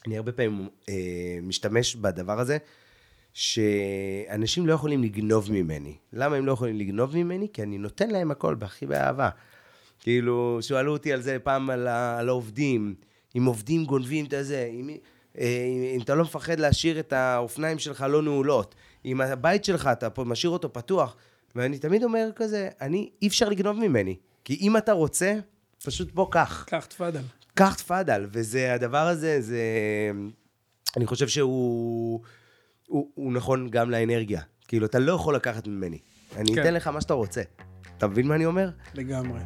אני הרבה פעמים משתמש בדבר הזה, שאנשים לא יכולים לגנוב ממני. למה הם לא יכולים לגנוב ממני? כי אני נותן להם הכל בהכי באהבה. כאילו, שואלו אותי על זה פעם על העובדים, אם עובדים גונבים את זה, אם אתה לא מפחד להשאיר את האופניים שלך לא נעולות, אם הבית שלך אתה משאיר אותו פתוח, ואני תמיד אומר כזה, אי אפשר לגנוב ממני, כי אם אתה רוצה, פשוט בוא קח. קח תפדל. קח תפדל, וזה הדבר הזה, אני חושב שהוא נכון גם לאנרגיה. כאילו, אתה לא יכול לקחת ממני. אני אתן לך מה שאתה רוצה. אתה מבין מה אני אומר? לגמרי.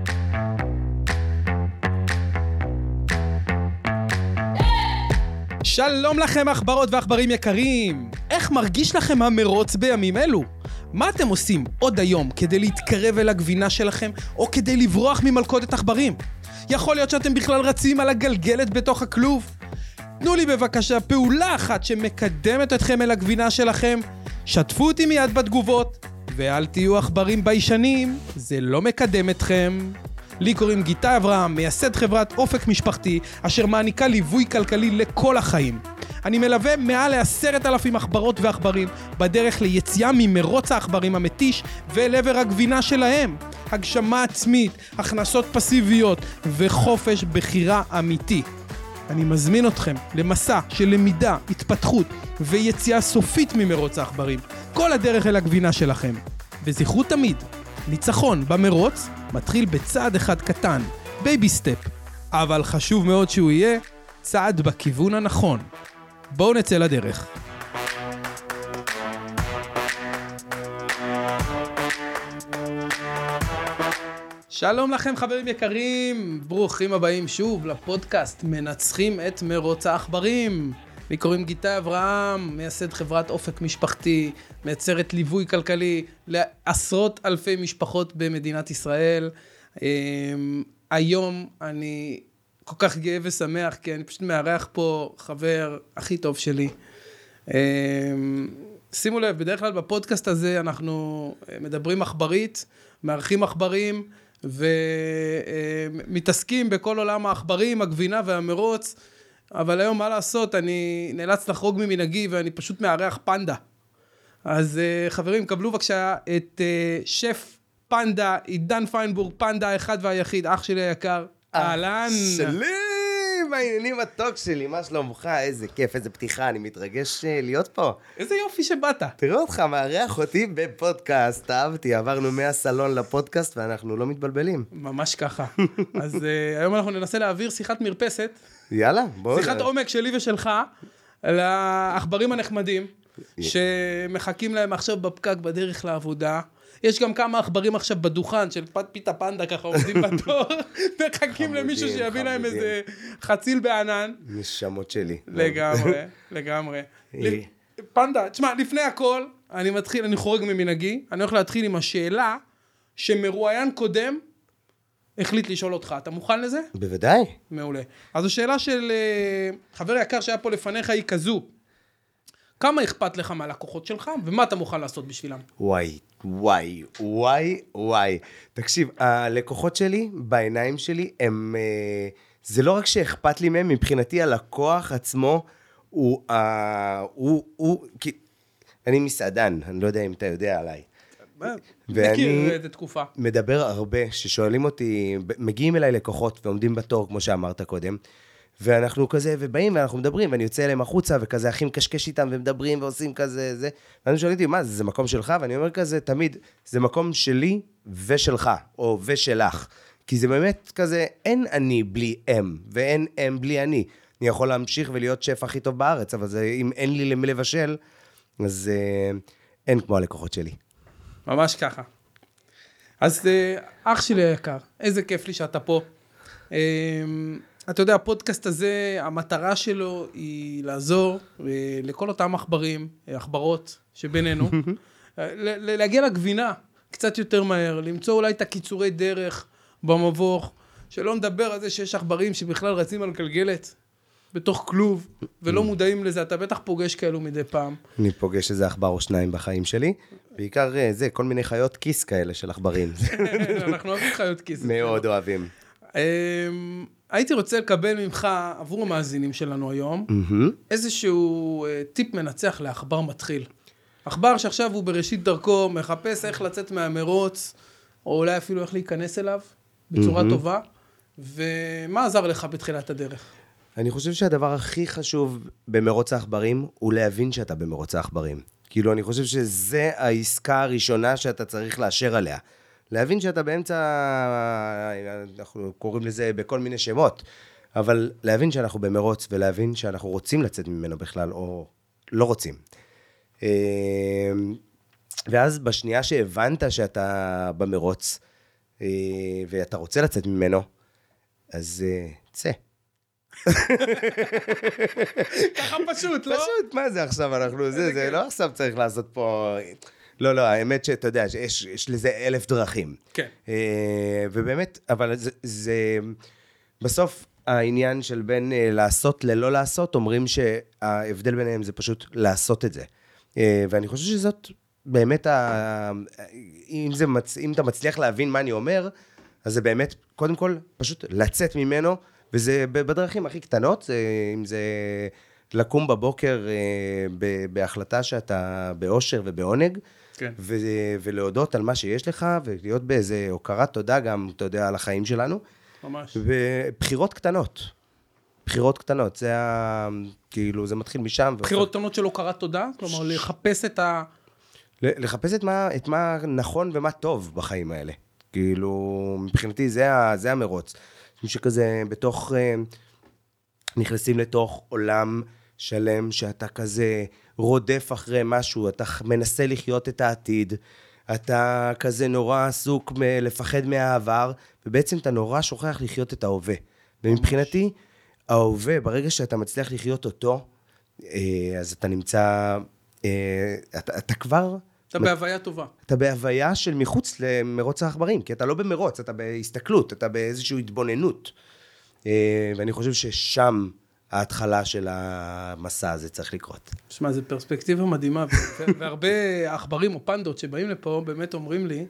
שלום לכם אכברות ואכברים יקרים. איך מרגיש לכם המרוץ בימים אלו? מה אתם עושים עוד היום כדי להתקרב אל הגבינה שלכם, או כדי לברוח ממלכודת עכברים? יכול להיות שאתם בכלל רצים על הגלגלת בתוך הכלוב? תנו לי בבקשה פעולה אחת שמקדמת אתכם אל הגבינה שלכם, שתפו אותי מיד בתגובות, ואל תהיו עכברים ביישנים, זה לא מקדם אתכם. לי קוראים גיטה אברהם, מייסד חברת אופק משפחתי, אשר מעניקה ליווי כלכלי לכל החיים. אני מלווה מעל 10,000 עכברות ועכברים בדרך ליציאה ממרוץ העכברים המתיש ולעבר הגבינה שלהם. הגשמה עצמית, הכנסות פסיביות וחופש בחירה אמיתי. אני מזמין אתכם למסע של למידה, התפתחות ויציאה סופית ממרוץ העכברים. כל הדרך אל הגבינה שלכם. וזכרו תמיד, ניצחון במרוץ מתחיל בצעד אחד קטן, בייבי סטפ. אבל חשוב מאוד שהוא יהיה צעד בכיוון הנכון. בואו נצא לדרך. שלום לכם חברים יקרים, ברוכים הבאים שוב לפודקאסט מנצחים את מרוץ העכברים. לי קוראים גיטה אברהם, מייסד חברת אופק משפחתי, מייצרת ליווי כלכלי לעשרות אלפי משפחות במדינת ישראל. היום אני כל כך גאה ושמח, כי אני פשוט מארח פה חבר הכי טוב שלי. שימו לב, בדרך כלל בפודקאסט הזה אנחנו מדברים עכברית, מארחים עכברים, ומתעסקים בכל עולם העכברים, הגבינה והמרוץ, אבל היום מה לעשות, אני נאלץ לחרוג ממנהגי, ואני פשוט מארח פנדה. אז חברים, קבלו בבקשה את שף פנדה, עידן פיינבורג, פנדה האחד והיחיד, אח שלי היקר. אהלן. שלים, העניינים הטוק שלי, מה שלומך? איזה כיף, איזה פתיחה, אני מתרגש להיות פה. איזה יופי שבאת. תראו אותך, מארח אותי בפודקאסט, אהבתי, עברנו מהסלון לפודקאסט ואנחנו לא מתבלבלים. ממש ככה. אז היום אנחנו ננסה להעביר שיחת מרפסת. יאללה, בואו. שיחת עומק שלי ושלך, לעכברים הנחמדים, שמחכים להם עכשיו בפקק בדרך לעבודה. יש גם כמה עכברים עכשיו בדוכן של פיתה פנדה, ככה עומדים בתור, מחכים למישהו שיביא להם איזה חציל בענן. נשמות שלי. לגמרי, לגמרי. פנדה, תשמע, לפני הכל, אני חורג ממנהגי, אני הולך להתחיל עם השאלה שמרואיין קודם, החליט לשאול אותך. אתה מוכן לזה? בוודאי. מעולה. אז השאלה של חבר יקר שהיה פה לפניך היא כזו, כמה אכפת לך מהלקוחות שלך, ומה אתה מוכן לעשות בשבילם? וואי. תקשיב, הלקוחות שלי, בעיניים שלי, זה לא רק שאכפת לי מהם, מבחינתי הלקוח עצמו, אני מסעדן, אני לא יודע אם אתה יודע עליי. מכיר את התקופה. מדבר הרבה, ששואלים אותי, מגיעים אליי לקוחות ועומדים בתור, כמו שאמרת קודם, ואנחנו כזה, ובאים ואנחנו מדברים, ואני יוצא אליהם החוצה, וכזה הכי מקשקש איתם, ומדברים ועושים כזה, זה. ואני שואלים אותי, מה, זה מקום שלך? ואני אומר כזה, תמיד, זה מקום שלי ושלך, או ושלך. כי זה באמת כזה, אין אני בלי הם, ואין הם בלי אני. אני יכול להמשיך ולהיות שף הכי טוב בארץ, אבל זה, אם אין לי למי לבשל, אז אין כמו הלקוחות שלי. ממש ככה. אז אח שלי היקר, איזה כיף לי שאתה פה. אתה יודע, הפודקאסט הזה, המטרה שלו היא לעזור לכל אותם עכברות שבינינו, להגיע לגבינה קצת יותר מהר, למצוא אולי את הקיצורי דרך במבוך, שלא נדבר על זה שיש עכברים שבכלל רצים על גלגלת בתוך כלוב, ולא מודעים לזה. אתה בטח פוגש כאלו מדי פעם. אני פוגש איזה עכבר או שניים בחיים שלי, בעיקר זה, כל מיני חיות כיס כאלה של עכברים. אנחנו אוהבים חיות כיס. מאוד אוהבים. הייתי רוצה לקבל ממך, עבור המאזינים שלנו היום, איזשהו טיפ מנצח לעכבר מתחיל. עכבר שעכשיו הוא בראשית דרכו, מחפש איך לצאת מהמרוץ, או אולי אפילו איך להיכנס אליו, בצורה טובה, ומה עזר לך בתחילת הדרך? אני חושב שהדבר הכי חשוב במרוץ העכברים, הוא להבין שאתה במרוץ העכברים. כאילו, אני חושב שזה העסקה הראשונה שאתה צריך לאשר עליה. להבין שאתה באמצע, אנחנו קוראים לזה בכל מיני שמות, אבל להבין שאנחנו במרוץ, ולהבין שאנחנו רוצים לצאת ממנו בכלל, או לא רוצים. ואז בשנייה שהבנת שאתה במרוץ, ואתה רוצה לצאת ממנו, אז צא. ככה פשוט, לא? פשוט, מה זה עכשיו אנחנו, זה לא עכשיו צריך לעשות פה... לא, האמת שאתה יודע, יש לזה 1000 דרכים. כן. ובאמת, אבל זה... בסוף העניין של בין לעשות ללא לעשות, אומרים שההבדל ביניהם זה פשוט לעשות את זה. ואני חושב שזאת באמת, אם אתה מצליח להבין מה אני אומר, אז זה באמת, קודם כל, פשוט לצאת ממנו, וזה בדרכים הכי קטנות, אם זה לקום בבוקר בהחלטה שאתה באושר ובעונג, כן. ולהודות על מה שיש לך, ולהיות באיזה הוקרת תודה גם, אתה יודע, על החיים שלנו. ממש. ובחירות קטנות. בחירות קטנות, זה כאילו, זה מתחיל משם. בחירות קטנות של הוקרת תודה? כלומר, לחפש את ה... לחפש את מה נכון ומה טוב בחיים האלה. כאילו, מבחינתי, זה המרוץ. שכזה בתוך, נכנסים לתוך עולם שלם, שאתה כזה רודף אחרי משהו, אתה מנסה לחיות את העתיד, אתה כזה נורא עסוק לפחד מהעבר, ובעצם אתה נורא שוכח לחיות את ההווה. ומבחינתי, ההווה, ברגע שאתה מצליח לחיות אותו, אז אתה נמצא, אתה כבר... אתה בהוויה טובה. אתה בהוויה של מחוץ למרוץ העכברים, כי אתה לא במרוץ, אתה בהסתכלות, אתה באיזושהי התבוננות. ואני חושב ששם ההתחלה של המסע הזה צריך לקרות. תשמע, זו פרספקטיבה מדהימה, והרבה עכברים או פנדות שבאים לפה באמת אומרים לי,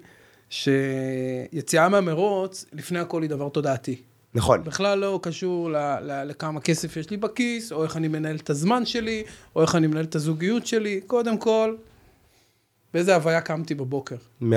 שיציאה מהמרוץ, לפני הכל היא דבר תודעתי. נכון. בכלל לא קשור לכמה כסף יש לי בכיס, או איך אני מנהל את הזמן שלי, או איך אני מנהל את הזוגיות שלי. קודם כל, באיזה הוויה קמתי בבוקר. 100%.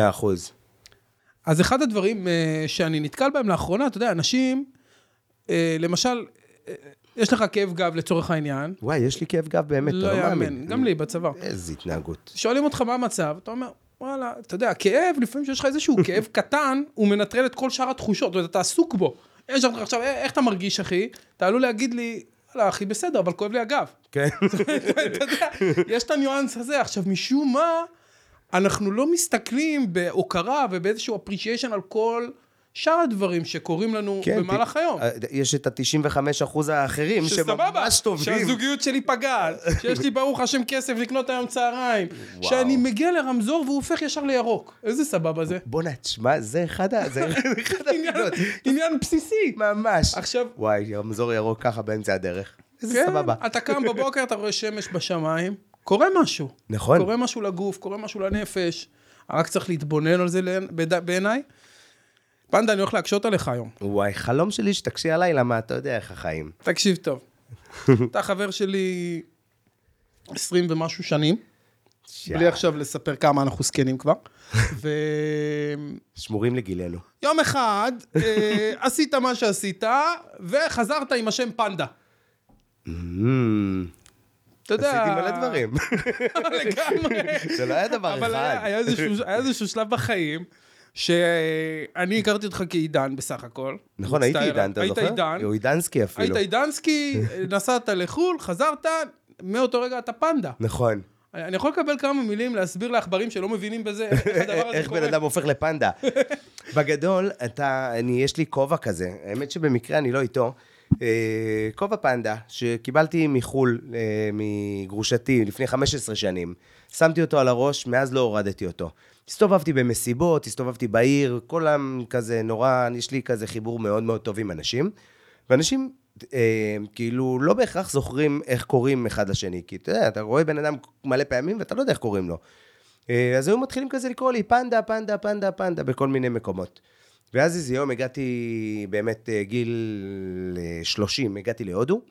אז אחד הדברים שאני נתקל בהם לאחרונה, אתה יודע, אנשים, למשל, יש לך כאב גב לצורך העניין. וואי, יש לי כאב גב באמת, אתה לא מאמין. גם לי בצבא. איזו התנהגות. שואלים אותך מה המצב, אתה אומר, וואלה, אתה יודע, כאב, לפעמים שיש לך איזשהו כאב קטן, הוא מנטרל את כל שאר התחושות, אתה עסוק בו. יש לך עכשיו, איך אתה מרגיש, אחי? אתה עלול להגיד לי, וואלה, אחי, בסדר, אבל כואב לי הגב. כן. אתה יודע, יש את הניואנס הזה. עכשיו, משום מה, אנחנו לא מסתכלים בהוקרה ובאיזשהו appreciation על כל שאר הדברים שקורים לנו במהלך היום. יש את ה-95% האחרים שממש טובים. שהזוגיות שלי פגעת, שיש לי ברוך השם כסף לקנות היום צהריים, שאני מגיע לרמזור והוא הופך ישר לירוק. איזה סבבה זה? בוא נשמע, זה אחד הפינות. עניין בסיסי. ממש. עכשיו... וואי, רמזור ירוק ככה באמצע הדרך. איזה סבבה. אתה קם בבוקר, אתה רואה שמש בשמיים, קורה משהו. נכון. קורה משהו לגוף, קורה משהו לנפש. רק צריך להתבונן על זה בעיניי. פנדה, אני הולך להקשות עליך היום. וואי, חלום שלי שתקשי עליי, למה אתה יודע איך החיים. תקשיב טוב. אתה חבר שלי 20 ומשהו שנים. בלי עכשיו לספר כמה אנחנו זקנים כבר. שמורים לגילנו. יום אחד עשית מה שעשית, וחזרת עם השם פנדה. אתה יודע... עשיתי מלא דברים. לגמרי. זה לא היה דבר אחד. אבל היה איזשהו שלב בחיים, שאני הכרתי אותך כעידן בסך הכל. נכון, הייתי עידן, אתה זוכר? היית עידן. הוא עידנסקי אפילו. היית עידנסקי, נסעת לחול, חזרת, מאותו רגע אתה פנדה. נכון. אני יכול לקבל כמה מילים להסביר לאחברים שלא מבינים בזה, איך הדבר הזה קורה. איך בן אדם הופך לפנדה. בגדול, יש לי כובע כזה, האמת שבמקרה אני לא איתו, כובע פנדה, שקיבלתי מחול, מגרושתי, לפני 15 שנים. שמתי אותו על הראש, מאז לא הורדתי אותו. הסתובבתי במסיבות, הסתובבתי בעיר, כל העם כזה נורא, יש לי כזה חיבור מאוד מאוד טוב עם אנשים, ואנשים כאילו לא בהכרח זוכרים איך קוראים אחד לשני, כי אתה יודע, אתה רואה בן אדם מלא פעמים ואתה לא יודע איך קוראים לו. אז היו מתחילים כזה לקרוא לי פנדה, פנדה, פנדה, פנדה, בכל מיני מקומות. ואז איזה יום הגעתי, באמת גיל 30, הגעתי להודו,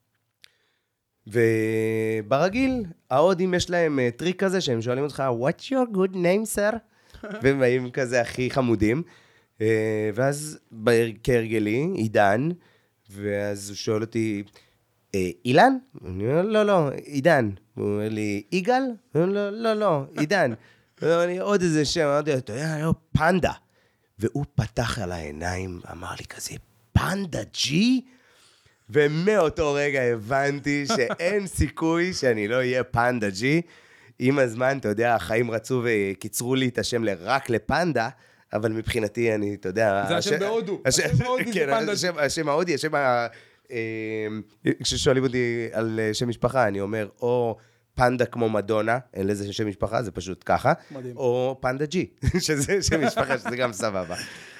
וברגיל, ההודים יש להם טריק כזה, שהם שואלים אותך, What's your good name, sir? והם באים כזה הכי חמודים, ואז כהרגלי, עידן, ואז הוא שואל אותי, אילן? אני אומר, לא, עידן. הוא אומר לי, יגאל? אני אומר, לא, עידן. הוא אומר לי, עוד איזה שם, אמרתי לו, אתה יודע, פנדה. והוא פתח על העיניים, אמר לי כזה, פנדה ג'י? ומאותו רגע הבנתי שאין סיכוי שאני לא אהיה פנדה ג'י. עם הזמן, אתה יודע, החיים רצו וקיצרו לי את השם רק לפנדה, אבל מבחינתי אני, אתה יודע... זה השם בהודו. השם בהודי זה פנדה ג'י. השם ההודי, השם כששואלים אותי על שם משפחה, אני אומר, או פנדה כמו מדונה, אין לזה שם משפחה, זה פשוט ככה, מדהים. או פנדה ג'י, שזה שם משפחה, שזה גם סבבה.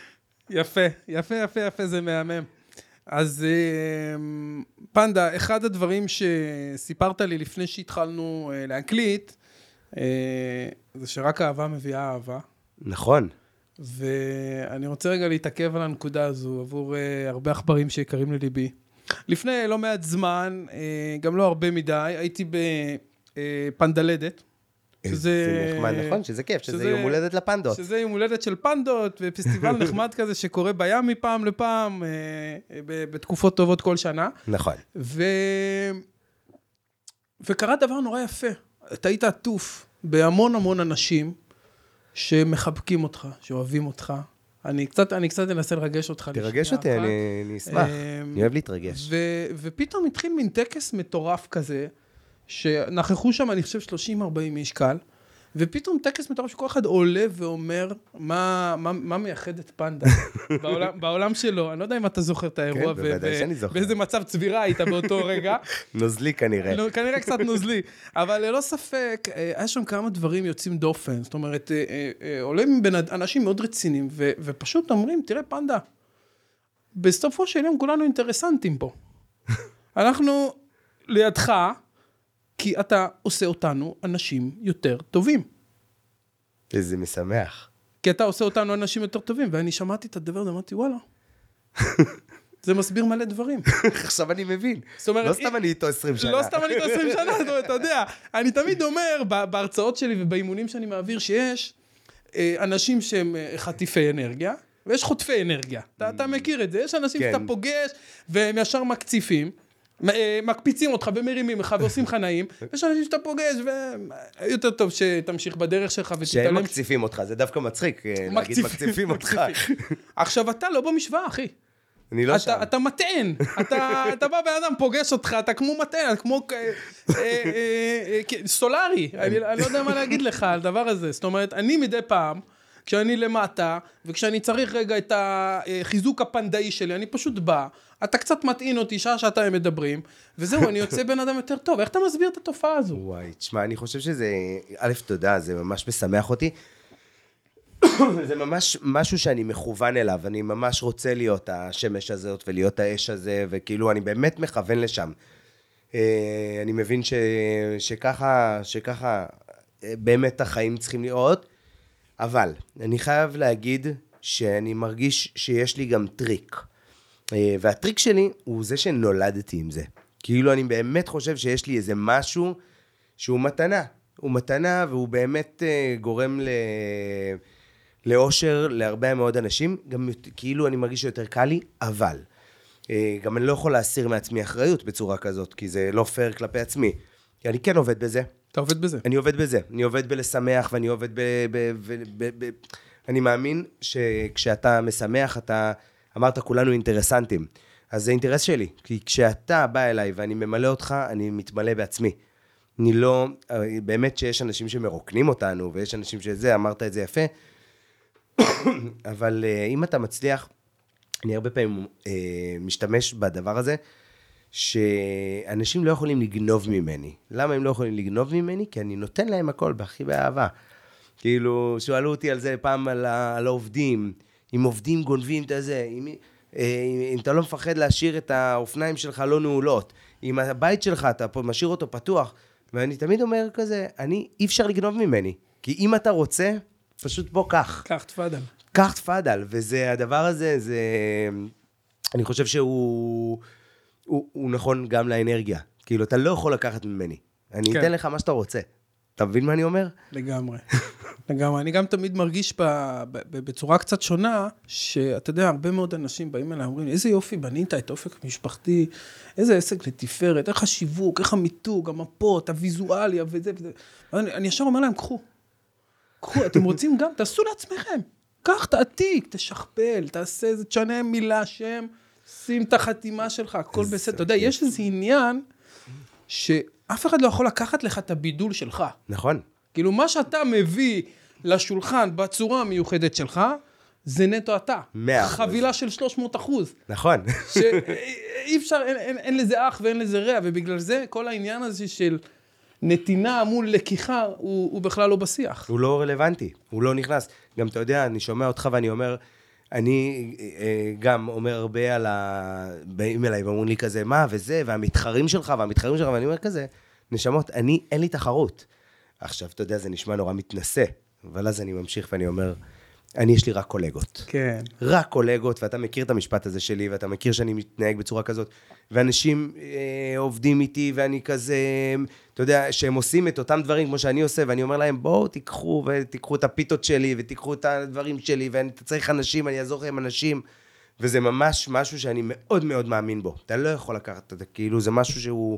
יפה, זה מהמם. אז פנדה, אחד הדברים שסיפרת לי לפני שהתחלנו להקליט, זה שרק אהבה מביאה אהבה. נכון. ואני רוצה רגע להתעכב על הנקודה הזו, עבור הרבה עכברים שיקרים לליבי. לפני לא מעט זמן, גם לא הרבה מדי, הייתי בפנדלדת. זה נחמד, נכון, שזה כיף, שזה יום הולדת לפנדות. שזה יום הולדת של פנדות, ופסטיבל נחמד כזה שקורה בים מפעם לפעם, בתקופות טובות כל שנה. נכון. וקרה דבר נורא יפה. אתה היית עטוף בהמון אנשים שמחבקים אותך, שאוהבים אותך. אני קצת אנסה לרגש אותך. תרגש אותי, אני אשמח. אני אוהב להתרגש. ופתאום התחיל מין טקס מטורף כזה, שנכחו שם, אני חושב, 30-40 איש קל, ופתאום טקס מטורף שכל אחד עולה ואומר, מה מייחד את פנדה בעולם שלו. אני לא יודע אם אתה זוכר את האירוע, ובאיזה מצב צבירה היית באותו רגע. נוזלי כנראה. כנראה קצת נוזלי, אבל ללא ספק, היה שם כמה דברים יוצאים דופן, זאת אומרת, עולים בין אנשים מאוד רציניים, ופשוט אומרים, תראה פנדה, בסופו של יום כולנו אינטרסנטים פה. אנחנו לידך, כי אתה עושה אותנו אנשים יותר טובים. איזה משמח. כי אתה עושה אותנו אנשים יותר טובים, ואני שמעתי את הדבר, ואמרתי, וואלה, זה מסביר מלא דברים. עכשיו אני מבין. לא סתם אני איתו 20 שנה. לא סתם אני איתו 20 שנה, אתה יודע. אני תמיד אומר, בהרצאות שלי ובאימונים שאני מעביר, שיש אנשים שהם חטיפי אנרגיה, ויש חוטפי אנרגיה. אתה מכיר את זה. יש אנשים שאתה פוגש, והם ישר מקציפים, מקפיצים אותך ומרימים לך ועושים חנאים, ויש אנשים שאתה פוגש, ויותר טוב שתמשיך בדרך שלך ותתעלם. שהם מקציפים אותך, זה דווקא מצחיק, להגיד מקציפים אותך. עכשיו אתה לא במשוואה, אחי. אני לא שם. אתה מטען, אתה בא באדם פוגש אותך, אתה כמו מטען, כמו סולרי, אני לא יודע מה להגיד לך על דבר הזה. זאת אומרת, אני מדי פעם, כשאני למטה, וכשאני צריך רגע את החיזוק הפנדאי שלי, אני פשוט בא, אתה קצת מטעין אותי, שעה הם מדברים, וזהו, אני יוצא בן אדם יותר טוב. איך אתה מסביר את התופעה הזו? וואי, תשמע, אני חושב שזה, א', תודה, זה ממש משמח אותי. זה ממש משהו שאני מכוון אליו, אני ממש רוצה להיות השמש הזאת, ולהיות האש הזה, וכאילו, אני באמת מכוון לשם. אני מבין שככה באמת החיים צריכים להיות, אבל אני חייב להגיד שאני מרגיש שיש לי גם טריק. והטריק שלי הוא זה שנולדתי עם זה. כאילו אני באמת חושב שיש לי איזה משהו שהוא מתנה. הוא מתנה והוא באמת גורם לאושר להרבה מאוד אנשים. גם כאילו אני מרגיש שיותר קל לי, אבל גם אני לא יכול להסיר מעצמי אחריות בצורה כזאת, כי זה לא פייר כלפי עצמי. כי אני כן עובד בזה. אתה עובד בזה? אני עובד בזה. אני עובד בלשמח ואני עובד אני מאמין שכשאתה משמח, אתה אמרת כולנו אינטרסנטים. אז זה אינטרס שלי. כי כשאתה בא אליי ואני ממלא אותך, אני מתמלא בעצמי. אני לא, באמת שיש אנשים שמרוקנים אותנו, ויש אנשים שזה, אמרת את זה יפה. אבל אם אתה מצליח, אני הרבה פעמים משתמש בדבר הזה, שאנשים לא יכולים לגנוב ממני. למה הם לא יכולים לגנוב ממני? כי אני נותן להם הכל בהכי באהבה. כאילו, שואלו אותי על זה פעם על העובדים. אם עובדים גונבים את זה, אם אתה לא מפחד להשאיר את האופניים שלך לא נעולות, אם הבית שלך אתה משאיר אותו פתוח, ואני תמיד אומר כזה, אי אפשר לגנוב ממני. כי אם אתה רוצה, פשוט בוא קח. קח, תפדל. קח תפדל, וזה, הדבר הזה, זה, אני חושב שהוא נכון גם לאנרגיה. כאילו, אתה לא יכול לקחת ממני. אני אתן לך מה שאתה רוצה. אתה מבין מה אני אומר? לגמרי. לגמרי. אני גם תמיד מרגיש בצורה קצת שונה, שאתה יודע, הרבה מאוד אנשים באים אליי, אומרים, איזה יופי בנית את אופק המשפחתי, איזה עסק לתפארת, איך השיווק, איך המיתוג, המפות, הוויזואליה וזה וזה. אני ישר אומר להם, קחו, אתם רוצים גם, תעשו לעצמכם. קח, תעתיק, תשכפל, תעשה איזה, תשנה מילה, שם, שים את החתימה שלך, הכל בסדר. אתה יודע, יש איזה עניין שאף אחד לא יכול לקחת לך את הבידול שלך. נכון. כאילו, מה שאתה מביא לשולחן בצורה המיוחדת שלך, זה נטו אתה. 100%. חבילה של 300%. נכון. שאי אפשר, אין לזה אח ואין לזה רע, ובגלל זה כל העניין הזה של נתינה מול לקיחה, הוא בכלל לא בשיח. הוא לא רלוונטי, הוא לא נכנס. גם אתה יודע, אני שומע אותך ואני אומר, אני גם אומר הרבה על באים אליי ואומרים לי כזה, מה וזה, והמתחרים שלך, ואני אומר כזה, נשמות, אין לי תחרות. עכשיו, אתה יודע, זה נשמע נורא מתנשא, אבל אז אני ממשיך ואני אומר, יש לי רק קולגות. כן. רק קולגות, ואתה מכיר את המשפט הזה שלי, ואתה מכיר שאני מתנהג בצורה כזאת, ואנשים עובדים איתי, ואני כזה, אתה יודע, שהם עושים את אותם דברים כמו שאני עושה, ואני אומר להם, בואו תיקחו, ותיקחו את הפיתות שלי, ותיקחו את הדברים שלי, ואני צריך אנשים, אני אעזור לכם אנשים, וזה ממש משהו שאני מאוד מאוד מאמין בו. אתה לא יכול לקחת את זה, כאילו, זה משהו שהוא,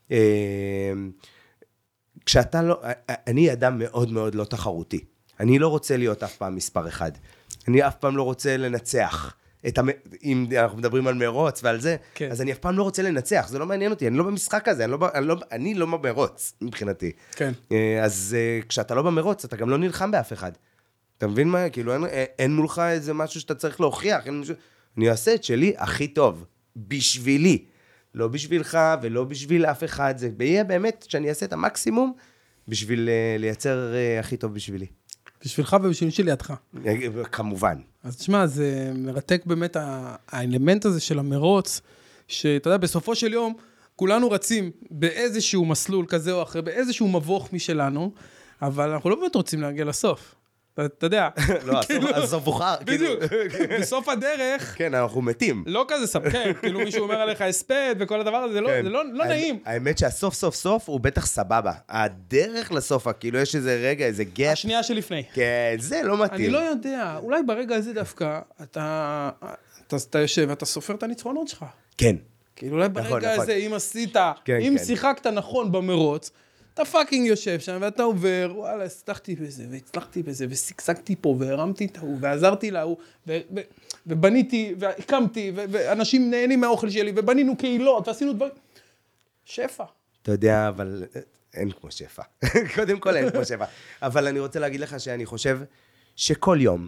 כשאתה לא, אני אדם מאוד מאוד לא תחרותי. אני לא רוצה להיות אף פעם מספר אחד. אני אף פעם לא רוצה לנצח. אם אנחנו מדברים על מרוץ ועל זה, כן. אז אני אף פעם לא רוצה לנצח. זה לא מעניין אותי, אני לא במשחק הזה, אני לא במרוץ, מבחינתי. כן. אז כשאתה לא במרוץ, אתה גם לא נלחם באף אחד. אתה מבין מה? כאילו, אין מולך איזה משהו שאתה צריך להוכיח. אני אעשה את שלי הכי טוב, בשבילי. לא בשבילך ולא בשביל אף אחד. זה יהיה באמת שאני אעשה את המקסימום, בשביל לייצר הכי טוב בשבילי. בשבילך ובשביל שלידך. כמובן. אז תשמע, זה מרתק באמת האלמנט הזה של המרוץ, שאתה יודע, בסופו של יום, כולנו רצים באיזשהו מסלול כזה או אחר, באיזשהו מבוך משלנו, אבל אנחנו לא באמת רוצים להגיע לסוף. אתה יודע. לא, הסוף בוחר. בדיוק. בסוף הדרך. כן, אנחנו מתים. לא כזה ספק, כאילו מישהו אומר עליך הספד וכל הדבר הזה, זה לא נעים. האמת שהסוף סוף סוף הוא בטח סבבה. הדרך לסוף, כאילו יש איזה רגע, איזה גט. השנייה שלפני. כן, זה לא מתאים. אני לא יודע, אולי ברגע הזה דווקא, אתה יושב ואתה סופר את הניצחונות שלך. כן. כאילו אולי ברגע הזה, אם עשית, אם שיחקת נכון במרוץ, אתה פאקינג יושב שם, ואתה עובר, וואלה, הצלחתי בזה, והצלחתי בזה, וסגסגתי פה, והרמתי את ההוא, ועזרתי להוא, ובניתי, והקמתי, ואנשים נהנים מהאוכל שלי, ובנינו קהילות, ועשינו דברים. שפע. אתה יודע, אבל אין כמו שפע. קודם כל אין כמו שפע. אבל אני רוצה להגיד לך שאני חושב שכל יום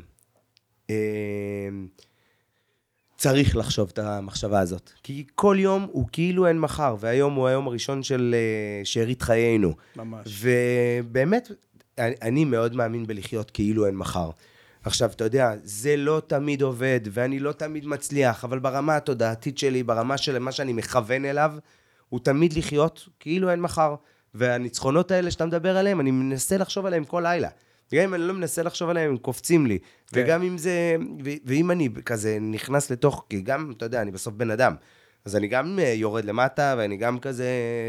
צריך לחשוב את המחשבה הזאת. כי כל יום הוא כאילו אין מחר, והיום הוא היום הראשון של שארית חיינו. ממש. ובאמת, אני מאוד מאמין בלחיות כאילו אין מחר. עכשיו, אתה יודע, זה לא תמיד עובד, ואני לא תמיד מצליח, אבל ברמה התודעתית שלי, ברמה של מה שאני מכוון אליו, הוא תמיד לחיות כאילו אין מחר. והניצחונות האלה שאתה מדבר עליהם, אני מנסה לחשוב עליהם כל לילה. גם אם אני לא מנסה לחשוב עליהם, הם קופצים לי. כן. וגם אם זה, ואם אני כזה נכנס לתוך, כי גם, אתה יודע, אני בסוף בן אדם, אז אני גם יורד למטה, ואני גם כזה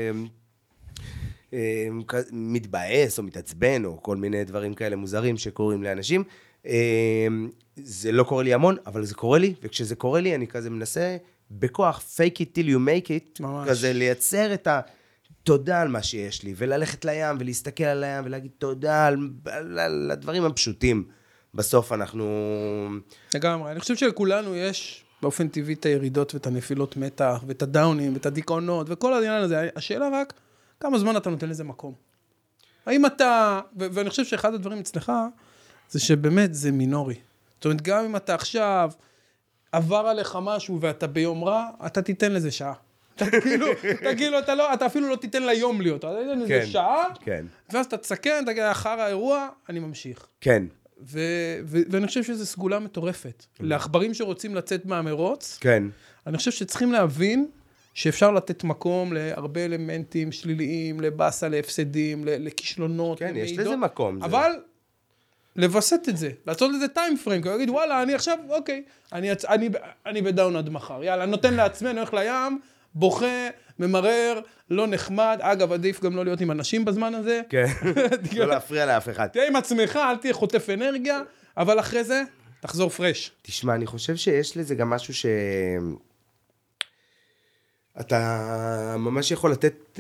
מתבאס או מתעצבן, או כל מיני דברים כאלה מוזרים שקורים לאנשים. זה לא קורה לי המון, אבל זה קורה לי, וכשזה קורה לי, אני כזה מנסה בכוח, fake it till you make it, ממש. כזה לייצר את תודה על מה שיש לי, וללכת לים, ולהסתכל על הים, ולהגיד תודה על הדברים הפשוטים. בסוף אנחנו... לגמרי, אני חושב שלכולנו יש באופן טבעי את הירידות, ואת הנפילות מתח, ואת הדאונים, ואת הדיכאונות, וכל העניין הזה. השאלה רק, כמה זמן אתה נותן לזה מקום? האם אתה, ואני חושב שאחד הדברים אצלך, זה שבאמת זה מינורי. זאת אומרת, גם אם אתה עכשיו עבר עליך משהו, ואתה ביום רע, אתה תיתן לזה שעה. אתה אפילו לא תיתן ליום להיות, אתה תיתן לזה שעה, ואז אתה תסכן, תגיד, אחר האירוע, אני ממשיך. כן. ואני חושב שזו סגולה מטורפת. לעכברים שרוצים לצאת מהמרוץ, כן. אני חושב שצריכים להבין שאפשר לתת מקום להרבה אלמנטים שליליים, לבאסה, להפסדים, לכישלונות, כן, יש לזה מקום. אבל לבסט את זה, לעשות לזה טיים פריים, כי הוא יגיד, וואלה, אני עכשיו, אוקיי, אני בדאון עד מחר, יאללה, נותן לעצמי, אני הולך לים, בוכה, ממרר, לא נחמד, אגב, עדיף גם לא להיות עם אנשים בזמן הזה. כן, לא להפריע לאף אחד. תהיה עם עצמך, אל תהיה חוטף אנרגיה, אבל אחרי זה, תחזור פרש. תשמע, אני חושב שיש לזה גם משהו אתה ממש יכול לתת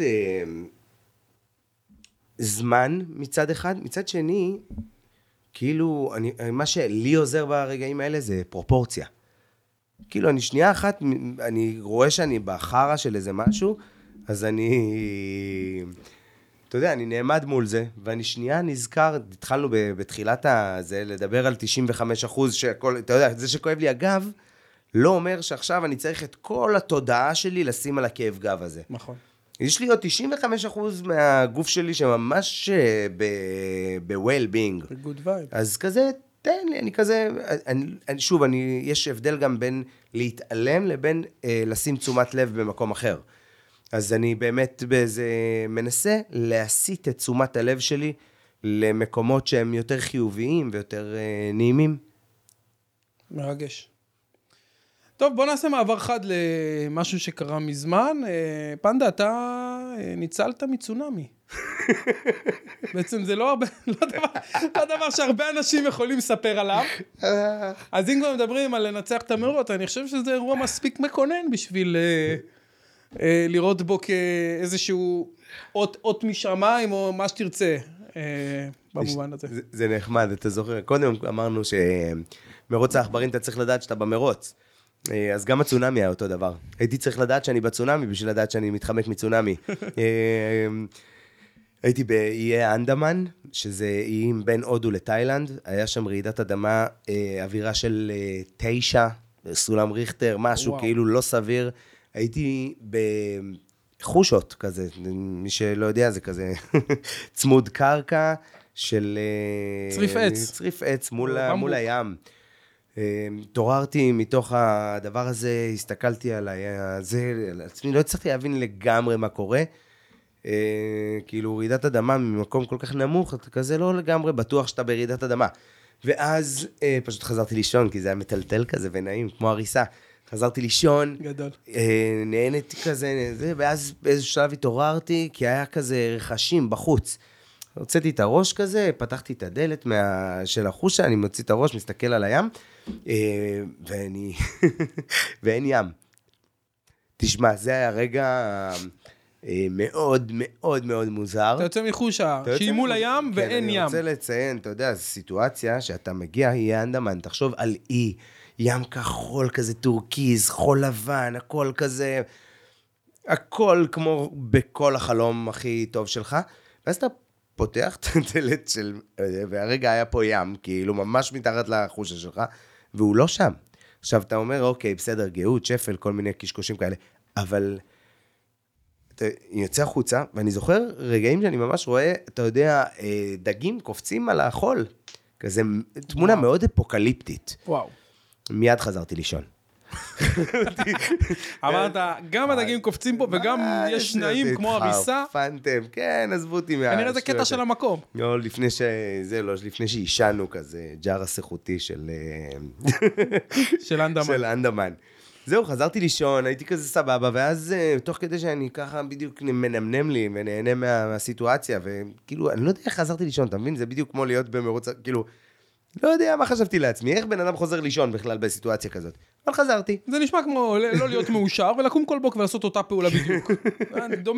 זמן מצד אחד, מצד שני, כאילו, מה שלי עוזר ברגעים האלה זה פרופורציה. כאילו, אני שנייה אחת, אני רואה שאני בחרה של איזה משהו, אז אתה יודע, אני נעמד מול זה, ואני שנייה נזכר, התחלנו בתחילת הזה, לדבר על 95%, שכל, אתה יודע, זה שכואב לי הגב, לא אומר שעכשיו אני צריך את כל התודעה שלי לשים על הכאב גב הזה. נכון. יש לי עוד 95% מהגוף שלי שממש ב-well-being. ב-good vibe. אז כזה, תן לי, אני כזה, שוב, יש הבדל גם בין להתעלם לבין לשים תשומת לב במקום אחר. אז אני באמת מנסה להסיט את תשומת הלב שלי למקומות שהם יותר חיוביים ויותר נעימים. מרגש. טוב, בוא נעשה מעבר חד למשהו שקרה מזמן. פנדה, אתה ניצלת מצונמי. בעצם זה לא דבר שהרבה אנשים יכולים לספר עליו. אז אם כבר מדברים על לנצח את המרוץ, אני חושב שזה אירוע מספיק מקונן בשביל לראות בו כאיזשהו אות משמיים או מה שתרצה במובן הזה. זה נחמד, אתה זוכר. קודם אמרנו שמרוץ העכברים אתה צריך לדעת שאתה במרוץ. אז גם הצונמי היה אותו דבר. הייתי צריך לדעת שאני בצונמי בשביל לדעת שאני מתחמק מצונמי. הייתי באיי האנדמן, שזה איים בין הודו לתאילנד. היה שם רעידת אדמה, אווירה של 9, סולם ריכטר, משהו כאילו לא סביר. הייתי בחושות כזה, מי שלא יודע, זה כזה צמוד קרקע של... צריף עץ. צריף עץ מול הים. תוררתי מתוך הדבר הזה, הסתכלתי על עצמי, לא הצלחתי להבין לגמרי מה קורה. כאילו רעידת אדמה ממקום כל כך נמוך, אתה כזה לא לגמרי בטוח שאתה ברעידת אדמה. ואז פשוט חזרתי לישון, כי זה היה מטלטל כזה ונעים, כמו הריסה. חזרתי לישון, גדול. נהניתי כזה, ואז באיזשהו שלב התעוררתי, כי היה כזה רכשים בחוץ. הוצאתי את הראש כזה, פתחתי את הדלת של החושה, אני מוציא את הראש, מסתכל על הים, ואין ים. תשמע, זה היה רגע מאוד מאוד מאוד מוזר. אתה יוצא מחושה, שהיא מול הים ואין ים. אני רוצה לציין, אתה יודע, זו סיטואציה שאתה מגיע, יהיה אנדמן, תחשוב על אי, ים כחול כזה טורקיז, חול לבן, הכל כזה, הכל כמו בכל החלום הכי טוב שלך, ואז אתה פותח את הדלת של, והרגע היה פה ים, כאילו ממש מתחת לחושה שלך, והוא לא שם. עכשיו אתה אומר, אוקיי, בסדר, גאות, שפל, כל מיני קשקושים כאלה, אבל אני יוצא החוצה, ואני זוכר רגעים שאני ממש רואה, אתה יודע, דגים קופצים על החול, כזה תמונה מאוד אפוקליפטית. וואו. מיד חזרתי לישון. אמרת, גם הדגים קופצים פה, וגם יש שניים כמו הריסה. התחרפנתם, כן, עזבו אותי כנראה זה קטע של המקום. לא, לפני שישנו כזה, ג'אר הסחותי של אנדמן. זהו, חזרתי לישון, הייתי כזה סבבה, ואז תוך כדי שאני ככה בדיוק מנמנם לי ונהנה מהסיטואציה, וכאילו, אני לא יודע איך חזרתי לישון, אתה מבין? זה בדיוק כמו להיות במרוץ, כאילו, לא יודע מה חשבתי לעצמי, איך בן אדם חוזר לישון בכלל בסיטואציה כזאת. אבל חזרתי. זה נשמע כמו לא להיות מאושר, ולקום כל בוקר ולעשות אותה פעולה בדיוק. דומה.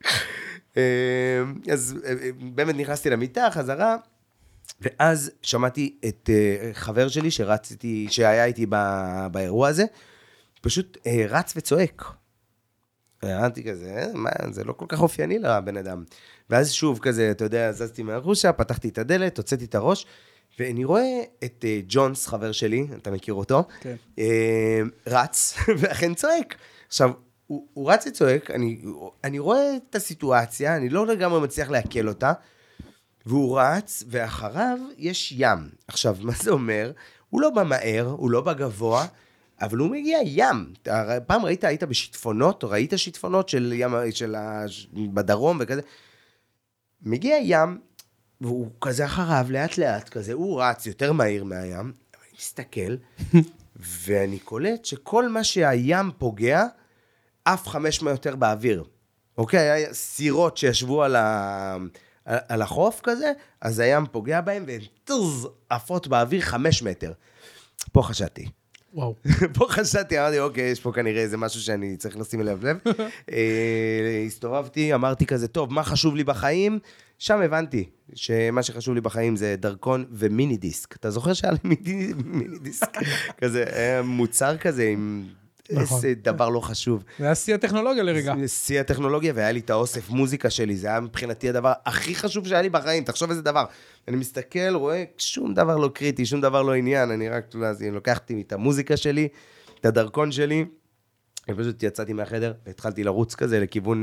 אז באמת נכנסתי למיטה, חזרה, ואז שמעתי את חבר שלי שהיה איתי באירוע הזה, פשוט רץ וצועק. אמרתי כזה, מה, זה לא כל כך אופייני לבן אדם. ואז שוב כזה, אתה יודע, זזתי מהחושה, פתחתי את הדלת, הוצאתי את הראש, ואני רואה את ג'ונס, חבר שלי, אתה מכיר אותו, כן. רץ, ואכן צועק. עכשיו, הוא רץ וצועק, אני רואה את הסיטואציה, אני לא לגמרי מצליח להקל אותה, והוא רץ, ואחריו יש ים. עכשיו, מה זה אומר? הוא לא במהר, הוא לא בגבוה, אבל הוא מגיע ים. פעם היית בשיטפונות, או ראית שיטפונות של ים, בדרום וכזה. מגיע ים, והוא כזה אחריו, לאט לאט כזה, הוא רץ יותר מהיר מהים, אני מסתכל, ואני קולט שכל מה שהים פוגע, אף 500 יותר באוויר. אוקיי, היה סירות שישבו על החוף כזה, אז הים פוגע בהם, והן עפות באוויר 5 מטר. פה חשבתי. וואו. פה חשבתי, אמרתי, אוקיי, יש פה כנראה איזה משהו שאני צריך לשים אליו לב. הסתובבתי, אמרתי כזה, טוב, מה חשוב לי בחיים? שם הבנתי שמה שחשוב לי בחיים זה דרכון ומיני דיסק. אתה זוכר שהיה לי מיני דיסק? כזה, מוצר כזה עם איזה דבר לא חשוב. זה היה שיא הטכנולוגיה לרגע. שיא הטכנולוגיה, והיה לי את האוסף מוזיקה שלי, זה היה מבחינתי הדבר הכי חשוב שהיה לי בחיים, תחשוב איזה דבר. אני מסתכל, רואה, שום דבר לא קריטי, שום דבר לא עניין, אני רק לוקחתי את המוזיקה שלי, את הדרכון שלי, ופשוט יצאתי מהחדר, והתחלתי לרוץ כזה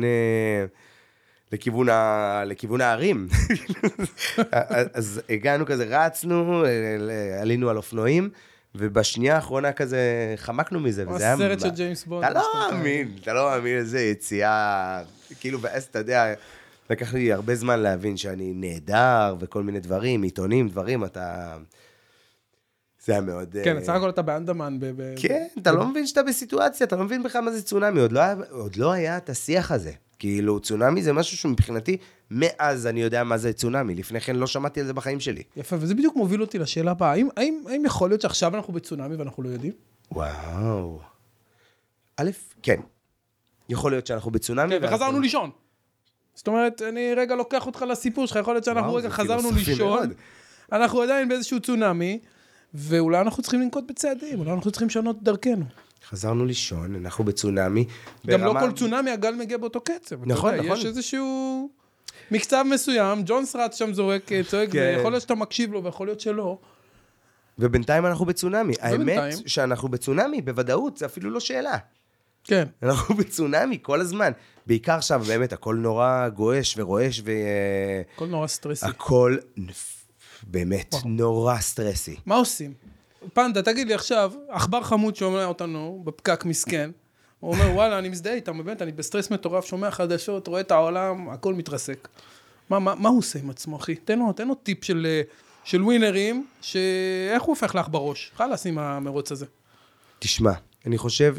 לכיוון הערים. אז הגענו כזה, רצנו, עלינו על אופנועים, ובשנייה האחרונה כזה חמקנו מזה, וזה היה... הסרט של ג'יימס בונד. אתה לא מאמין איזה יציאה, כאילו, ואז אתה יודע, לקח לי הרבה זמן להבין שאני נהדר, וכל מיני דברים, עיתונים, דברים, אתה... זה היה מאוד... כן, בסך הכל אתה באנדמן. כן, אתה לא מבין שאתה בסיטואציה, אתה לא מבין בכלל מה זה צונאמי, עוד לא היה את השיח הזה. כאילו, צונאמי זה משהו שמבחינתי, מאז אני יודע מה זה צונאמי, לפני כן לא שמעתי על זה בחיים שלי. יפה, וזה בדיוק מוביל אותי לשאלה הבאה, האם יכול להיות שעכשיו אנחנו בצונאמי ואנחנו לא יודעים? וואו. א', כן. יכול להיות שאנחנו בצונאמי. כן, וחזרנו לישון. זאת אומרת, אני רגע לוקח אותך לסיפור שלך, יכול להיות שאנחנו רגע חזרנו לישון, אנחנו עדיין באיזשהו צונאמי, ואולי אנחנו צריכים לנקוט בצעדים, אולי אנחנו צריכים לשנות דרכנו. חזרנו לישון, אנחנו בצונאמי. גם לא כל צונאמי, הגל מגיע באותו קצב. נכון, נכון. יש איזשהו מקצב מסוים, ג'ון סרט שם זורק, צועק, ויכול להיות שאתה מקשיב לו, ויכול להיות שלא. ובינתיים אנחנו בצונאמי. האמת שאנחנו בצונאמי, בוודאות, זה אפילו לא שאלה. כן. אנחנו בצונאמי כל הזמן. בעיקר עכשיו, באמת, הכל נורא גועש ורועש הכל נורא סטרסי. הכל באמת נורא סטרסי. מה עושים? פנדה, תגיד לי עכשיו, עכבר חמוד שומע אותנו בפקק מסכן, הוא אומר, וואלה, אני מזדהה איתם, באמת, אני בסטרס מטורף, שומע חדשות, רואה את העולם, הכל מתרסק. מה הוא עושה עם עצמו, אחי? תן לו טיפ של ווינרים, איך הוא הופך לך בראש? חלאס עם המרוץ הזה. תשמע, אני חושב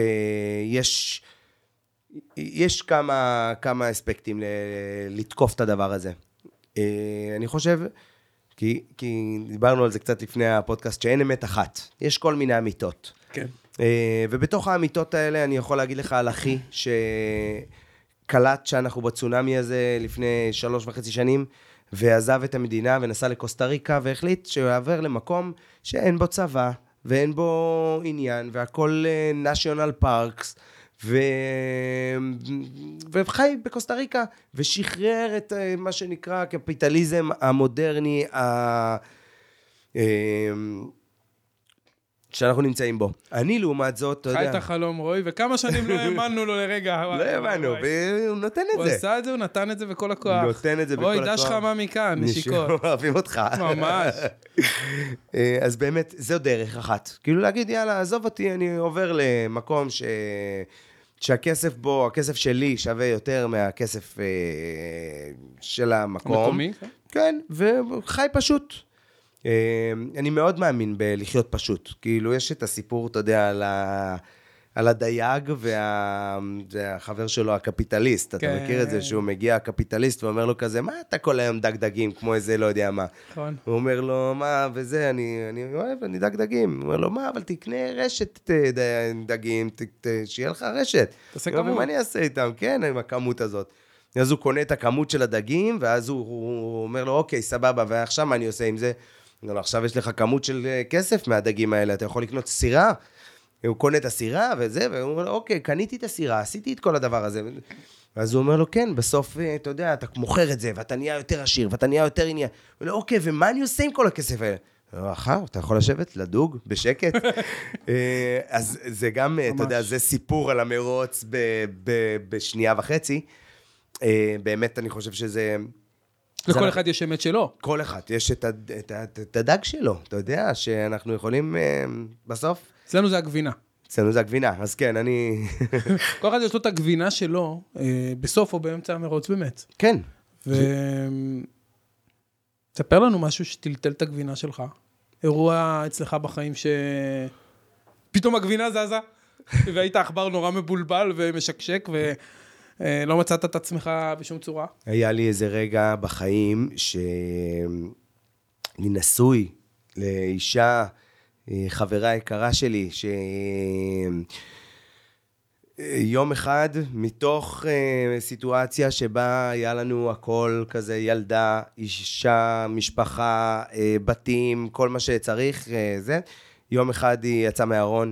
שיש כמה אספקטים לתקוף את הדבר הזה. אני חושב... כי דיברנו על זה קצת לפני הפודקאסט, שאין אמת אחת. יש כל מיני אמיתות. כן. ובתוך האמיתות האלה אני יכול להגיד לך על אחי, שקלט שאנחנו בצונאמי הזה לפני 3.5 שנים, ועזב את המדינה ונסע לקוסטה ריקה, והחליט שהוא יעבר למקום שאין בו צבא, ואין בו עניין, והכל national parks, וחי בקוסטה ריקה, ושחרר את מה שנקרא הקפיטליזם המודרני, שאנחנו נמצאים בו. אני לעומת זאת, אתה יודע... חי את החלום, רוי, וכמה שנים לא האמנו לו לרגע. לא האמנו, והוא נותן את זה. הוא עשה את זה, הוא נתן את זה בכל הכוח. הוא נותן את זה בכל הכוח. רוי, דש חמה מכאן, נשיקות. אוהבים אותך. ממש. אז באמת, זו דרך אחת. כאילו להגיד, יאללה, עזוב אותי, אני עובר למקום שהכסף בו, הכסף שלי שווה יותר מהכסף של המקום. מקומי. כן, וחי פשוט. אני מאוד מאמין בלחיות פשוט. כאילו, יש את הסיפור, אתה יודע, על הדייג והחבר שלו, הקפיטליסט. אתה מכיר את זה שהוא מגיע הקפיטליסט ואומר לו כזה, מה אתה כל היום דגדגים, כמו איזה לא יודע מה. נכון. הוא אומר לו, מה, וזה, אני אוהב, אני דגדגים. הוא אומר לו, מה, אבל תקנה רשת דגים, שיהיה לך רשת. תעשה כמות. ומה אני אעשה איתם? כן, עם הכמות הזאת. אז הוא קונה את הכמות של הדגים, ואז הוא אומר לו, אוקיי, סבבה, ועכשיו מה אני עושה עם זה? הוא אומר לו, עכשיו יש לך כמות של כסף מהדגים האלה, אתה יכול לקנות סירה? הוא קונה את הסירה וזה, והוא אומר לו, אוקיי, קניתי את הסירה, עשיתי את כל הדבר הזה. אז הוא אומר לו, כן, בסוף, אתה יודע, אתה מוכר את זה, ואתה נהיה יותר עשיר, ואתה נהיה יותר עניין. הוא אומר לו, אוקיי, ומה אני עושה עם כל הכסף האלה? הוא אומר, אחר, אתה יכול לשבת, לדוג, בשקט. אז זה גם, אתה יודע, זה סיפור על המרוץ בשנייה וחצי. באמת, אני חושב שזה... לכל אחד יש אמת שלו. כל אחד, יש את הדג שלו, אתה יודע, שאנחנו יכולים בסוף... אצלנו זה הגבינה. אצלנו זה הגבינה, אז כן, אני... כל אחד יש לו את הגבינה שלו, בסוף או באמצע המרוץ באמת. כן. תספר לנו משהו שטלטל את הגבינה שלך. אירוע אצלך בחיים פתאום הגבינה זזה, והיית עכבר נורא מבולבל ומשקשק, ולא מצאת את עצמך בשום צורה. היה לי איזה רגע בחיים שאני נשוי לאישה, חברה יקרה שלי, שיום אחד מתוך סיטואציה שבה היה לנו הכל כזה, ילדה, אישה, משפחה, בתים, כל מה שצריך, זה. יום אחד היא יצאה מהארון,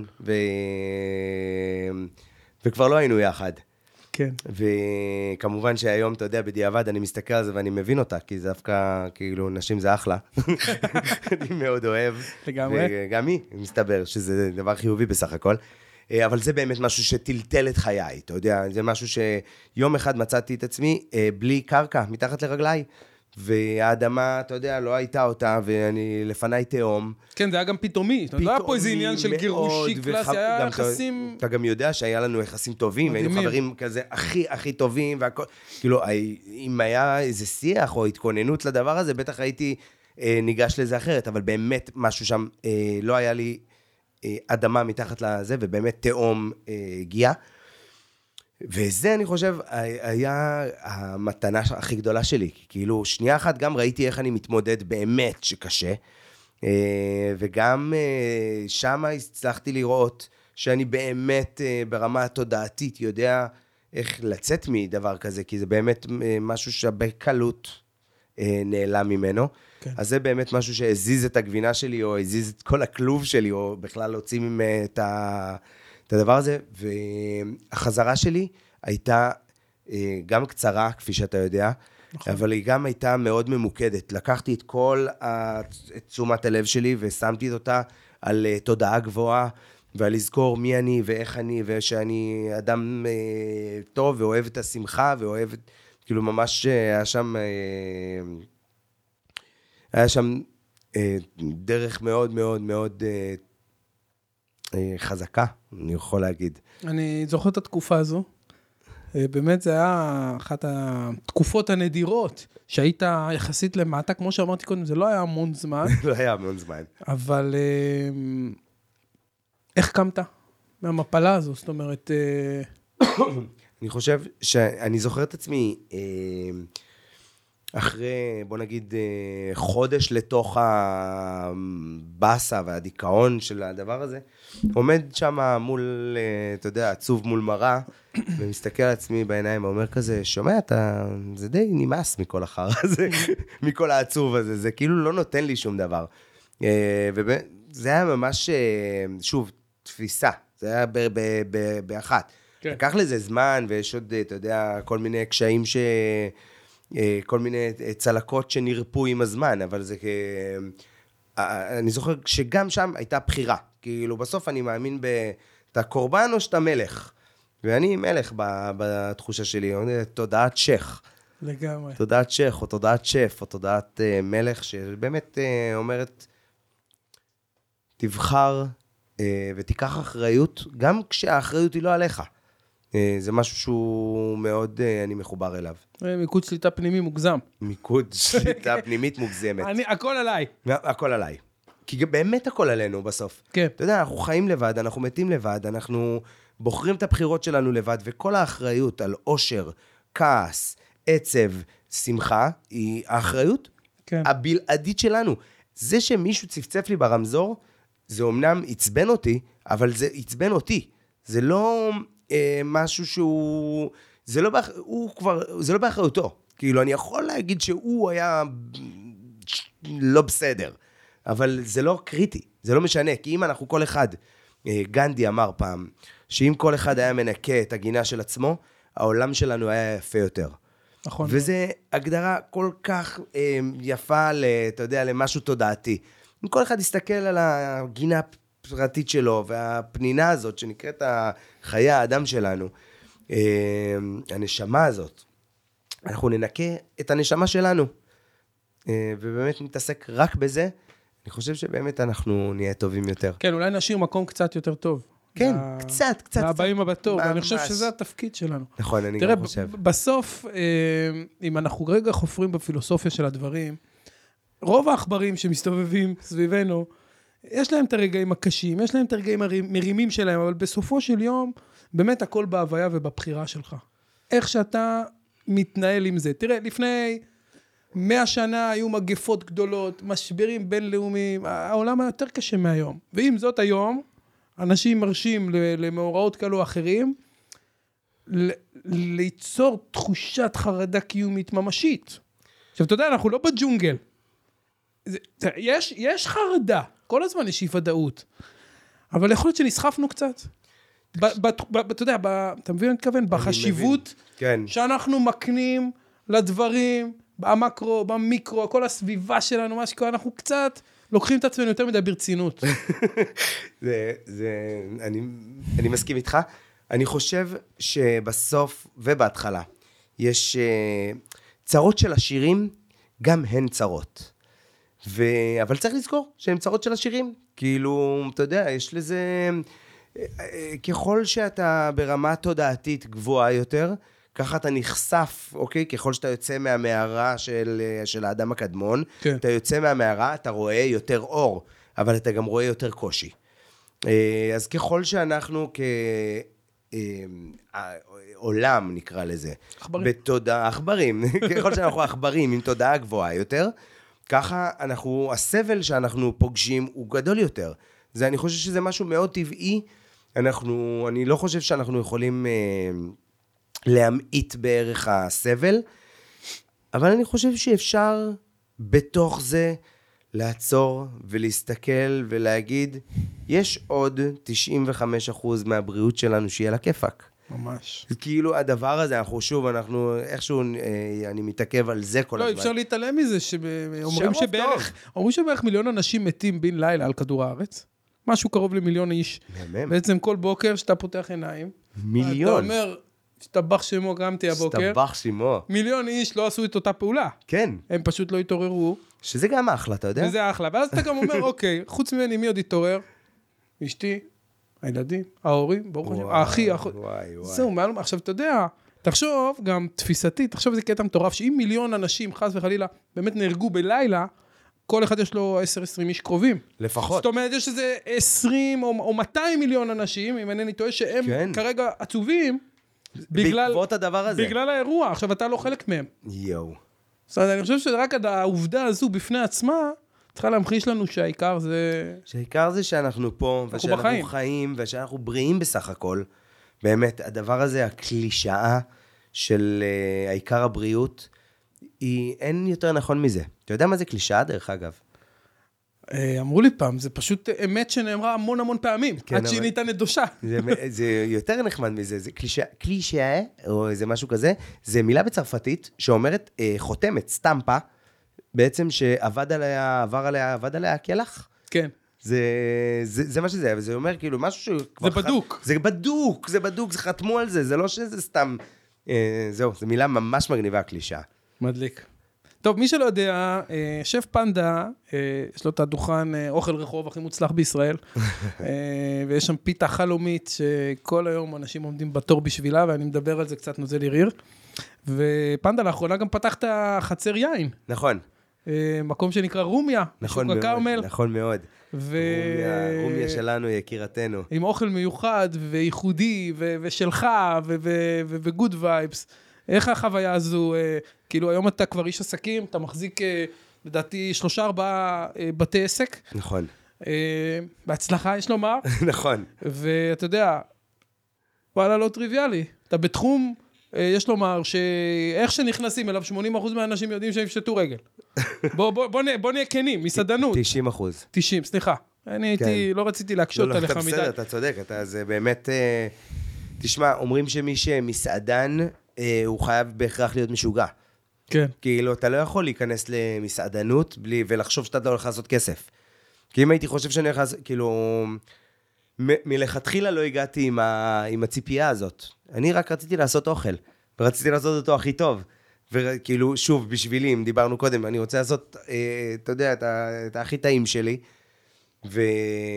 וכבר לא היינו יחד. כן. וכמובן שהיום, אתה יודע, בדיעבד אני מסתכל על זה ואני מבין אותה, כי זה דווקא, כאילו, נשים זה אחלה. אני מאוד אוהב. לגמרי. וגם היא, מסתבר שזה דבר חיובי בסך הכל. אבל זה באמת משהו שטלטל את חיי, אתה יודע, זה משהו שיום אחד מצאתי את עצמי בלי קרקע, מתחת לרגליי. והאדמה, אתה יודע, לא הייתה אותה, ואני לפניי תאום. כן, זה היה גם פתאומי. לא היה פה איזה עניין של גירושי קלאסי, היה יחסים... אתה גם יודע שהיה לנו יחסים טובים, והיינו חברים כזה הכי טובים, והכל... כאילו, אם היה איזה שיח או התכוננות לדבר הזה, בטח הייתי ניגש לזה אחרת, אבל באמת משהו שם לא היה לי אדמה מתחת לזה, ובאמת תאום הגיע. וזה, אני חושב, היה המתנה הכי גדולה שלי. כאילו, שנייה אחת גם ראיתי איך אני מתמודד באמת שקשה, וגם שם הצלחתי לראות שאני באמת ברמה התודעתית יודע איך לצאת מדבר כזה, כי זה באמת משהו שבקלות נעלם ממנו. כן. אז זה באמת משהו שהזיז את הגבינה שלי, או הזיז את כל הכלוב שלי, או בכלל להוציא את הדבר הזה, והחזרה שלי הייתה גם קצרה, כפי שאתה יודע, נכון. אבל היא גם הייתה מאוד ממוקדת. לקחתי את כל תשומת הלב שלי, ושמתי אותה על תודעה גבוהה, ועל לזכור מי אני ואיך אני, ושאני אדם טוב, ואוהב את השמחה, ואוהב, כאילו ממש היה שם דרך מאוד מאוד מאוד חזקה, אני יכול להגיד. אני זוכר את התקופה הזו. באמת זה היה אחת התקופות הנדירות, שהיית יחסית למטה, כמו שאמרתי קודם, זה לא היה המון זמן. לא היה המון זמן. אבל איך קמת מהמפלה הזו? זאת אומרת... אני חושב שאני זוכר את עצמי... אחרי, בוא נגיד, חודש לתוך הבאסה והדיכאון של הדבר הזה, עומד שם מול, אתה יודע, עצוב מול מראה, ומסתכל על עצמי בעיניים, ואומר כזה, שומע, זה די נמאס מכל החר הזה, מכל העצוב הזה, זה כאילו לא נותן לי שום דבר. וזה היה ממש, שוב, תפיסה, זה היה באחת. לקח לזה זמן, ויש עוד, אתה יודע, כל מיני קשיים כל מיני צלקות שנרפו עם הזמן, אבל זה אני זוכר שגם שם הייתה בחירה, כאילו בסוף אני מאמין אתה קורבן או שאתה מלך, ואני מלך בתחושה שלי, תודעת שייך. לגמרי. תודעת שייך, או תודעת שף, או תודעת מלך, שבאמת אומרת, תבחר ותיקח אחריות, גם כשהאחריות היא לא עליך. זה משהו שהוא מאוד, אני מחובר אליו. מיקוד שליטה פנימי מוגזם. מיקוד שליטה פנימית מוגזמת. הכל עליי. הכל עליי. כי באמת הכל עלינו בסוף. כן. אתה יודע, אנחנו חיים לבד, אנחנו מתים לבד, אנחנו בוחרים את הבחירות שלנו לבד, וכל האחריות על אושר, כעס, עצב, שמחה, היא האחריות הבלעדית שלנו. זה שמישהו צפצף לי ברמזור, זה אומנם עצבן אותי, אבל זה עצבן אותי. זה לא... משהו שהוא, זה לא באחריותו. כאילו, אני יכול להגיד שהוא היה לא בסדר, אבל זה לא קריטי, זה לא משנה, כי אם אנחנו כל אחד, גנדי אמר פעם, שאם כל אחד היה מנקה את הגינה של עצמו, העולם שלנו היה יפה יותר. נכון. וזה הגדרה כל כך יפה, אתה יודע, למשהו תודעתי. אם כל אחד יסתכל על הגינה פרטית שלו, והפנינה הזאת שנקראת חיי האדם שלנו, הנשמה הזאת, אנחנו ננקה את הנשמה שלנו, ובאמת נתעסק רק בזה, אני חושב שבאמת אנחנו נהיה טובים יותר. כן, אולי נשאיר מקום קצת יותר טוב. כן, קצת. הבאים הבטור, ואני חושב שזה התפקיד שלנו. נכון, אני גם חושב. תראה, בסוף, אם אנחנו רגע חופרים בפילוסופיה של הדברים, רוב העכברים שמסתובבים סביבנו, יש להם את הרגעים הקשים, יש להם את הרגעים המרימים שלהם, אבל בסופו של יום, באמת הכל בהוויה ובבחירה שלך. איך שאתה מתנהל עם זה. תראה, לפני 100 שנה היו מגפות גדולות, משברים בינלאומיים, העולם היה יותר קשה מהיום. ועם זאת היום, אנשים מרשים למאורעות כאלו אחרים, ליצור תחושת חרדה קיומית ממשית. עכשיו, אתה יודע, אנחנו לא בג'ונגל. יש חרדה, כל הזמן יש ודאות. אבל יכול להיות שנסחפנו קצת. אתה יודע, אתה מבין, אני מתכוון, בחשיבות שאנחנו מקנים לדברים, במקרו, במיקרו, כל הסביבה שלנו, מה שקורה, אנחנו קצת לוקחים את עצמנו יותר מדי ברצינות. אני מסכים איתך. אני חושב שבסוף ובהתחלה יש צרות של השירים, גם הן צרות. אבל צריך לזכור שהן צרות של השירים. כאילו, אתה יודע, יש לזה... ככל שאתה ברמה תודעתית גבוהה יותר, ככה אתה נחשף, אוקיי? ככל שאתה יוצא מהמערה של האדם הקדמון, כן. אתה יוצא מהמערה, אתה רואה יותר אור, אבל אתה גם רואה יותר קושי. אז ככל שאנחנו עולם נקרא לזה. עכברים. עכברים. ככל שאנחנו עכברים עם תודעה גבוהה יותר, ככה הסבל שאנחנו פוגשים הוא גדול יותר. אני חושב שזה משהו מאוד טבעי. אני לא חושב שאנחנו יכולים להמעיט בערך הסבל, אבל אני חושב שאפשר בתוך זה לעצור ולהסתכל ולהגיד, יש עוד 95% מהבריאות שלנו שיהיה לה כיפק. ממש. כאילו הדבר הזה, אנחנו איכשהו, אני מתעכב על זה כל הזמן. לא, אפשר להתעלם מזה, שאומרים שבערך מיליון אנשים מתים בין לילה על כדור הארץ. משהו קרוב ל1,000,000 איש. בעצם כל בוקר שאתה פותח עיניים. מיליון. אתה אומר, שתבח שמו קמתי הבוקר. שתבח שמו. 1,000,000 איש לא עשו את אותה פעולה. כן. הם פשוט לא התעוררו. שזה גם אחלה, אתה יודע? וזה אחלה. ואז אתה גם אומר, אוקיי, חוץ ממני, מי עוד התעורר? אשתי, הילדים, ההורים, ברוך השם, האחי, זהו, עכשיו אתה יודע, תחשוב גם תפיסתית, תחשוב איזה קטע מטורף, שאם 1,000,000 אנשים, חס וחלילה, באמת נהרגו בלילה, כל אחד יש לו 10-20 איש קרובים. לפחות. זאת אומרת, יש איזה 20 או 200 מיליון אנשים, אם אינני טועה, שהם כרגע עצובים, בעקבות הדבר הזה. בגלל האירוע. עכשיו, אתה לא חלק מהם. יואו. זאת אומרת, אני חושב שרק העובדה הזו בפני עצמה, צריכה להמחיש לנו שהעיקר זה... שהעיקר זה שאנחנו פה, ושאנחנו חיים, ושאנחנו בריאים בסך הכל. באמת, הדבר הזה, הקלישאה של העיקר הבריאות, אין יותר נכון מזה. אתה יודע מה זה קלישאה, דרך אגב? אמרו לי פעם, זה פשוט אמת שנאמרה המון פעמים, עד שהיא ניתן נדושה. זה יותר נחמד מזה, זה קלישאה, או איזה משהו כזה, זה מילה בצרפתית שאומרת חותמת, סטמפה, בעצם שעבד עליה כלח. כן. זה מה שזה, וזה אומר כאילו משהו זה בדוק. זה בדוק, זה חתמו על זה, זה לא שזה סתם, זהו, זו מילה ממש מגניבה, קלישאה. מדליק. טוב, מי שלא יודע, שף פנדה, יש לו את הדוכן אוכל רחוב הכי מוצלח בישראל, ויש שם פיתה חלומית שכל היום אנשים עומדים בתור בשבילה, ואני מדבר על זה קצת נוזל יריר, ופנדה לאחרונה גם פתח את החצר יין. נכון. מקום שנקרא רומיה, נכון מאוד, נכון מאוד. רומיה שלנו, יקירתנו. עם אוכל מיוחד וייחודי ושלך וגוד וייבס. איך החוויה הזו, כאילו היום אתה כבר איש עסקים, אתה מחזיק, לדעתי, 3-4 בתי עסק. נכון. בהצלחה, יש לומר. נכון. ואתה יודע, וואלה, לא טריוויאלי. אתה בתחום, יש לומר, שאיך שנכנסים אליו, 80% מהאנשים יודעים שהם יפשטו רגל. בוא נהיה כנים, מסעדנות. 90%. 90, סליחה. אני הייתי, לא רציתי להקשות עליך מדי. בסדר, אתה צודק, זה באמת, תשמע, אומרים שמי שמסעדן, הוא חייב בהכרח להיות משוגע. כן. כאילו, אתה לא יכול להיכנס למסעדנות ולחשוב שאתה לא הולך לעשות כסף. כי אם הייתי חושב שאני הולך לעשות, כאילו, מלכתחילה לא הגעתי עם הציפייה הזאת. אני רק רציתי לעשות אוכל, ורציתי לעשות אותו הכי טוב. וכאילו, שוב, בשבילי, אם דיברנו קודם, אני רוצה לעשות, אתה יודע, את הכי טעים שלי. ואני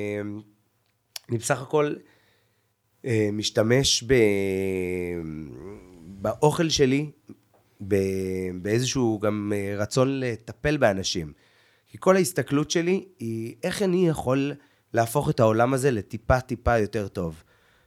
בסך הכל משתמש באוכל שלי, באיזשהו גם רצון לטפל באנשים. כי כל ההסתכלות שלי היא איך אני יכול להפוך את העולם הזה לטיפה יותר טוב.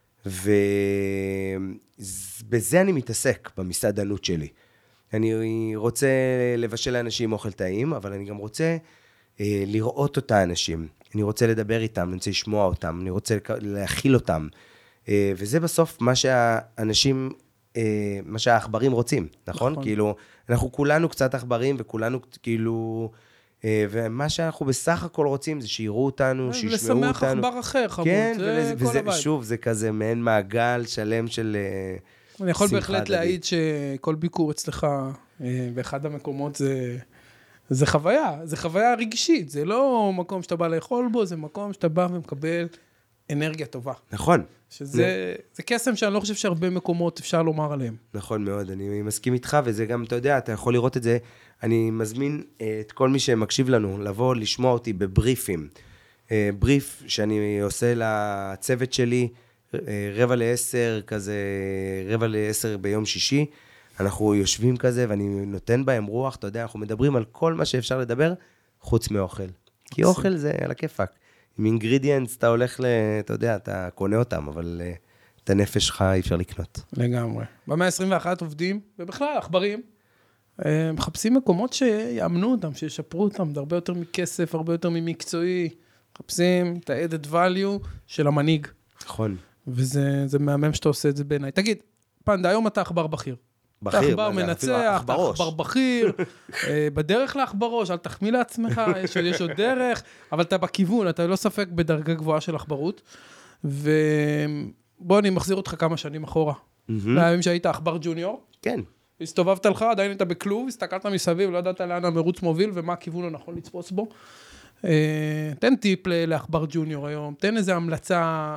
ובזה אני מתעסק במסעדנות שלי. אני רוצה לבשל לאנשים אוכל טעים, אבל אני גם רוצה לראות אותה אנשים. אני רוצה לדבר איתם, אני רוצה לשמוע אותם, אני רוצה להכיל אותם. וזה בסוף מה שהאנשים, מה שהאחברים רוצים, נכון? כאילו, אנחנו כולנו קצת אחברים, וכולנו כאילו, ומה שאנחנו בסך הכל רוצים זה שיראו אותנו, שישמעו אותנו. לשמח עכבר אחר, חמוד, כן, זה כל הבית. ושוב, זה כזה מעין מעגל שלם של אני יכול בהחלט להעיד שכל ביקור אצלך באחד המקומות זה חוויה, זה חוויה רגשית, זה לא מקום שאתה בא לאכול בו, זה מקום שאתה בא ומקבל אנרגיה טובה. נכון. שזה קסם שאני לא חושב שהרבה מקומות אפשר לומר עליהם. נכון מאוד, אני מסכים איתך, וזה גם, אתה יודע, אתה יכול לראות את זה, אני מזמין את כל מי שמקשיב לנו, לבוא לשמוע אותי בבריפים. בריף שאני עושה לצוות שלי, 9:45, כזה 9:45 ביום שישי, אנחנו יושבים כזה, ואני נותן בהם רוח, אתה יודע, אנחנו מדברים על כל מה שאפשר לדבר, חוץ מאוכל. כי אוכל זה על הכיפק. עם אינגרידיאנס אתה הולך אתה יודע, אתה קונה אותם, אבל את הנפש שלך אי אפשר לקנות. לגמרי. במאה ה-21 עובדים, ובכלל, עכברים, מחפשים מקומות שיאמנו אותם, שישפרו אותם, הרבה יותר מכסף, הרבה יותר ממקצועי, מחפשים את ה-added value של המנהיג. נכון. וזה מהמם שאתה עושה את זה בעיניי. תגיד, פנדה, היום אתה עכבר בכיר. בכיר, אתה עכבר מנצח, אתה עכבר בכיר, בדרך לעכבר ראש, אל תחמיא לעצמך, יש עוד דרך, אבל אתה בכיוון, אתה לא ספק בדרגה גבוהה של עכברות, ובוא אני מחזיר אותך כמה שנים אחורה. מהימים שהיית עכבר ג'וניור, כן. הסתובבת לך, עדיין היית בכלוב, הסתכלת מסביב, לא ידעת לאן המרוץ מוביל, ומה הכיוון הנכון לצפוץ בו. תן טיפ לעכבר ג'וניור היום, תן איזו המלצה.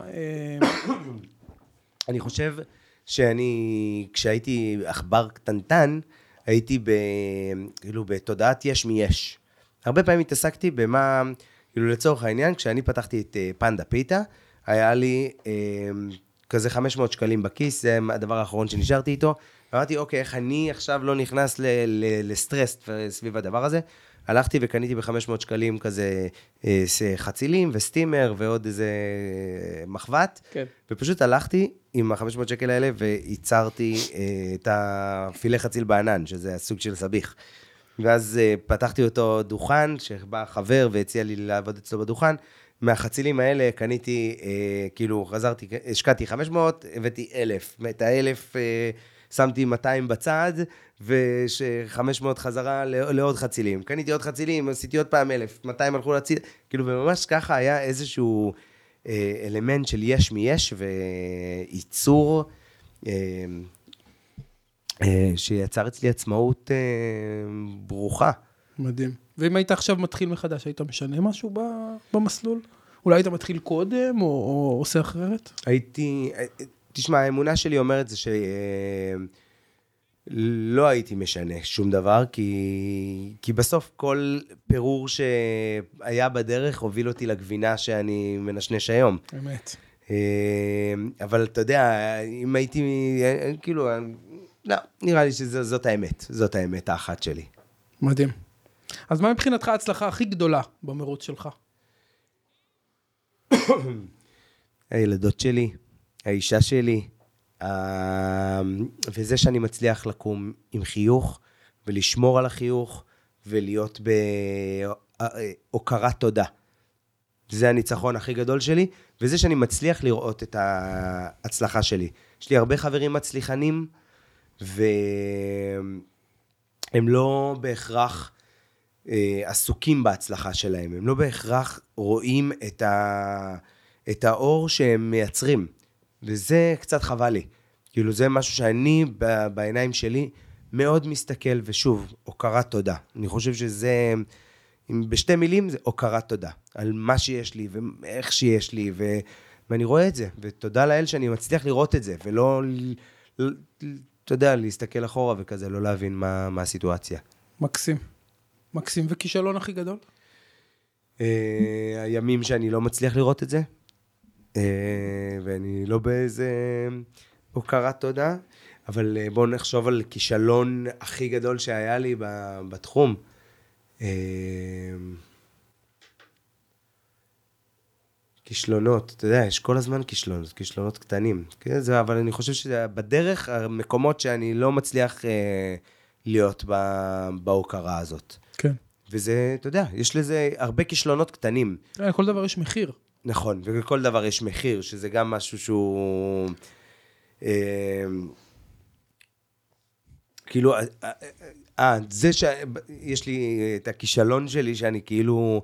אני חושב כשהייתי עכבר קטנטן, הייתי כאילו בתודעת יש מיש. הרבה פעמים התעסקתי במה, כאילו לצורך העניין, כשאני פתחתי את פנדה פיתה, היה לי כזה 500 שקלים בכיס, זה הדבר האחרון שנשארתי איתו. אמרתי, אוקיי, איך אני עכשיו לא נכנס לסטרס סביב הדבר הזה? הלכתי וקניתי ב-500 שקלים כזה חצילים וסטימר ועוד איזה מחבת, כן. ופשוט הלכתי עם ה-500 שקל האלה וייצרתי את הפילה חציל בענן, שזה הסוג של סביך. ואז פתחתי אותו דוכן, שבא חבר והציע לי לעבוד אצלו בדוכן, מהחצילים האלה קניתי, כאילו חזרתי, השקעתי 500, הבאתי 1,000, את ה-1,000 שמתי 200 בצד, ו500 חזרה לעוד חצילים. קניתי עוד חצילים, עשיתי עוד פעם 1,000, 200 הלכו לציל, כאילו וממש ככה היה איזשהו אלמנט של יש מיש, וייצור שיצר אצלי עצמאות ברוכה. מדהים. ואם היית עכשיו מתחיל מחדש, היית משנה משהו במסלול? אולי היית מתחיל קודם, או עושה אחרת? תשמע, האמונה שלי אומרת זה שלא הייתי משנה שום דבר, כי בסוף כל פירור שהיה בדרך הוביל אותי לגבינה שאני מנשנש היום. אמת. אבל אתה יודע, אם הייתי, כאילו, לא, נראה לי שזאת האמת. זאת האמת האחת שלי. מדהים. אז מה מבחינתך ההצלחה הכי גדולה במרוץ שלך? הילדות שלי, האישה שלי, וזה שאני מצליח לקום עם חיוך, ולשמור על החיוך, ולהיות בהוקרת תודה. זה הניצחון הכי גדול שלי, וזה שאני מצליח לראות את ההצלחה שלי. יש לי הרבה חברים מצליחנים, והם לא בהכרח עסוקים בהצלחה שלהם, הם לא בהכרח רואים את האור שהם מייצרים, וזה קצת חבל לי. כאילו זה משהו שאני בעיניים שלי מאוד מסתכל, ושוב, הוקרת תודה. אני חושב שזה, בשתי מילים, זה הוקרת תודה, על מה שיש לי ואיך שיש לי, ואני רואה את זה, ותודה לאל שאני מצליח לראות את זה, ולא, אתה יודע, להסתכל אחורה וכזה, לא להבין מה הסיטואציה. מקסים. מקסים, וכישלון הכי גדול? הימים שאני לא מצליח לראות את זה, ואני לא באיזה הוקרת תודה, אבל בואו נחשוב על כישלון הכי גדול שהיה לי בתחום. כישלונות, אתה יודע, יש כל הזמן כישלונות קטנים. כן, זה, אבל אני חושב שבדרך, המקומות שאני לא מצליח להיות בהוקרה הזאת. כן. וזה, אתה יודע, יש לזה הרבה כישלונות קטנים. כל דבר יש מחיר. נכון, ולכל דבר יש מחיר, שזה גם משהו שהוא... כאילו, זה שיש לי את הכישלון שלי, שאני כאילו...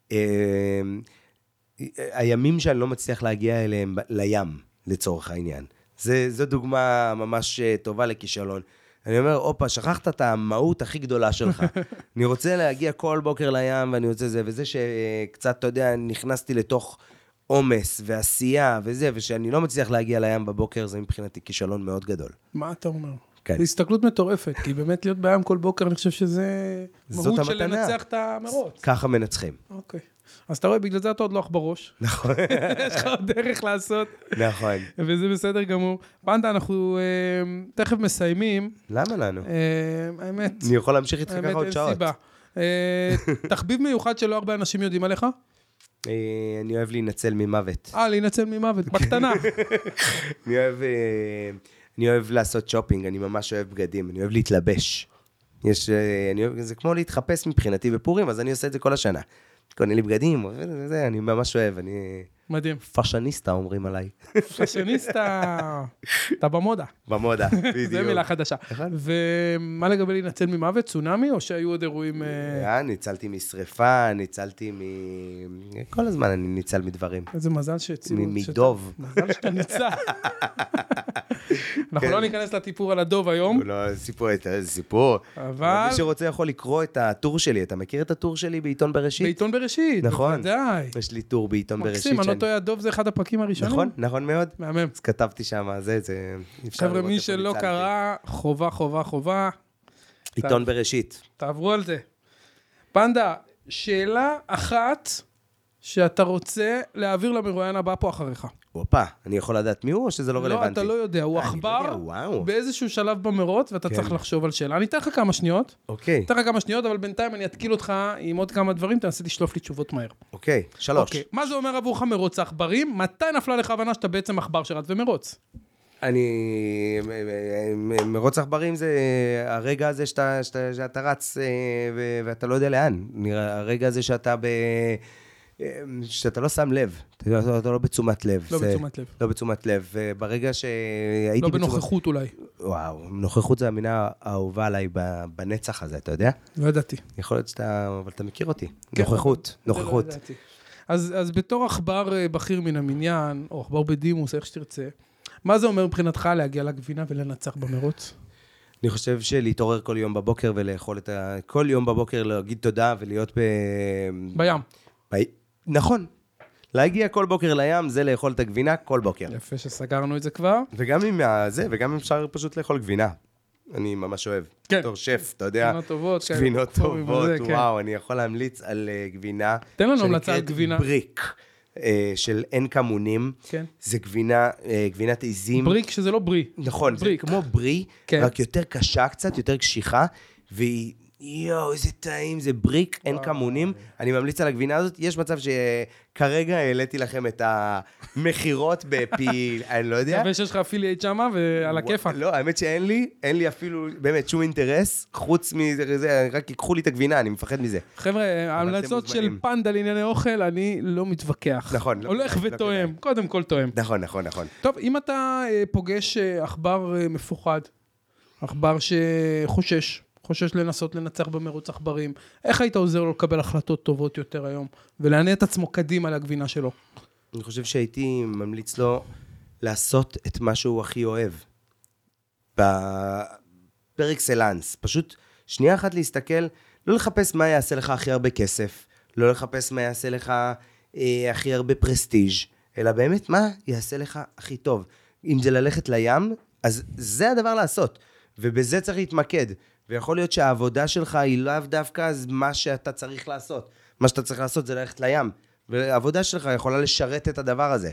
הימים שאני לא מצליח להגיע אליהם לים, לצורך העניין. זו דוגמה ממש טובה לכישלון. אני אומר, אופה, שכחת את המהות הכי גדולה שלך. אני רוצה להגיע כל בוקר לים, ואני רוצה זה, וזה שקצת, אתה יודע, נכנסתי לתוך עומס ועשייה וזה, ושאני לא מצליח להגיע לים בבוקר, זה מבחינתי כישלון מאוד גדול. מה אתה אומר? כן. זו הסתכלות מטורפת, כי באמת להיות בים כל בוקר, אני חושב שזה מהות של לנצח את המרוץ. ככה מנצחים. אוקיי. אז אתה רואה, בגלל זה אתה עוד לא אח בראש. נכון. יש לך עוד דרך לעשות. נכון. וזה בסדר גמור. פנדה, אנחנו תכף מסיימים. למה לנו? האמת. אני יכול להמשיך איתך ככה עוד שעות. תחביב מיוחד שלא הרבה אנשים יודעים עליך? אני אוהב להינצל ממוות. להינצל ממוות, בקטנה. אני אוהב לעשות שופינג, אני ממש אוהב בגדים, אני אוהב להתלבש. זה כמו להתחפש מבחינתי בפורים, אז אני עושה את זה כל השנה. קונה לי בגדים, וזה, אני ממש אוהב, אני... מדהים. פאשניסטה אומרים עליי. פאשניסטה, אתה במודה. במודה, בדיוק. זה מילה חדשה. ומה לגבי להינצל ממוות, צונאמי, או שהיו עוד אירועים... ניצלתי משריפה, ניצלתי כל הזמן אני ניצל מדברים. איזה מזל שהצילו. מדוב. מזל שאתה ניצל. אנחנו לא ניכנס לטיפור על הדוב היום. לא, סיפור. אבל... מי שרוצה יכול לקרוא את הטור שלי. אתה מכיר את הטור שלי בעיתון בראשית? בעיתון בראשית, נכון. בוודאי. יש לי טור בעיתון בראשית. מקסים, אני לא טועה, הדוב זה אחד הפרקים הראשונים. נכון, נכון מאוד. מהמם. אז כתבתי שם, זה... חבר'ה, מי שלא קרא, חובה. עיתון בראשית. תעברו על זה. פנדה, שאלה אחת שאתה רוצה להעביר למרואיין הבא פה אחריך. אופה, אני יכול לדעת מי הוא או שזה לא רלוונטי? לא, אתה לא יודע, הוא עכבר באיזשהו שלב במרוץ, ואתה צריך לחשוב על שאלה. אני אתן לך כמה שניות. אוקיי. אתן לך כמה שניות, אבל בינתיים אני אתקיל אותך עם עוד כמה דברים, תנסה לשלוף לי תשובות מהר. אוקיי, 3. מה זה אומר עבורך מרוץ עכברים? מתי נפלה לך הבנה שאתה בעצם עכבר שרץ ומרוץ? מרוץ עכברים זה הרגע הזה שאתה רץ ואתה לא יודע לאן. הרגע הזה שאתה לא שם לב, אתה לא בתשומת לב. לא בתשומת לב. וברגע שהייתי... לא בנוכחות אולי. וואו, נוכחות זה המילה האהובה עליי בנצח הזה, אתה יודע? לא ידעתי. יכול להיות אבל אתה מכיר אותי. נוכחות. אז בתור עכבר בכיר מן המניין, או עכבר בדימוס, איך שתרצה, מה זה אומר מבחינתך להגיע לגבינה ולנצח במרוץ? אני חושב שלהתעורר כל יום בבוקר ולאכול כל יום בבוקר להגיד תודה ולהיות בים. נכון. להגיע כל בוקר לים זה לאכול את הגבינה כל בוקר. יפה שסגרנו את זה כבר. וגם אפשר פשוט לאכול גבינה. אני ממש אוהב. כן. בתור שף, אתה יודע. גבינות טובות. וואו, אני יכול להמליץ על גבינה. תן לנו המלצה על גבינה. בריק. של אין כמונים. כן. זה גבינת עיזים. בריק שזה לא ברי. נכון, זה כמו ברי, רק יותר קשה קצת, יותר קשיחה, והיא... איזה טעים, זה בריק, אין כמונים. אני ממליץ על הגבינה הזאת. יש מצב שכרגע העליתי לכם את המחירות בפי, אני לא יודע. שווה שיש לך אפילייט שמה ועל הכיפה. לא, האמת שאין לי אפילו באמת שום אינטרס, חוץ מזה, רק ייקחו לי את הגבינה, אני מפחד מזה. חבר'ה, ההמלצות של פנדה לענייני אוכל, אני לא מתווכח. נכון. הולך ותואם, קודם כל תואם. נכון. טוב, אם אתה פוגש עכבר מפוחד, עכבר חושש לנסות לנצח במרוץ עכברים, איך היית עוזר לו לקבל החלטות טובות יותר היום, ולענה את עצמו קדימה לגבינה שלו? אני חושב שהייתי ממליץ לו לעשות את מה שהוא הכי אוהב. פר-אקסלנס. פשוט שנייה אחת להסתכל, לא לחפש מה יעשה לך הכי הרבה כסף, לא לחפש מה יעשה לך הכי הרבה פרסטיג', אלא באמת מה יעשה לך הכי טוב. אם זה ללכת לים, אז זה הדבר לעשות, ובזה צריך להתמקד. ויכול להיות שהעבודה שלך היא לאו דווקא מה שאתה צריך לעשות. מה שאתה צריך לעשות זה ללכת לים. והעבודה שלך יכולה לשרת את הדבר הזה.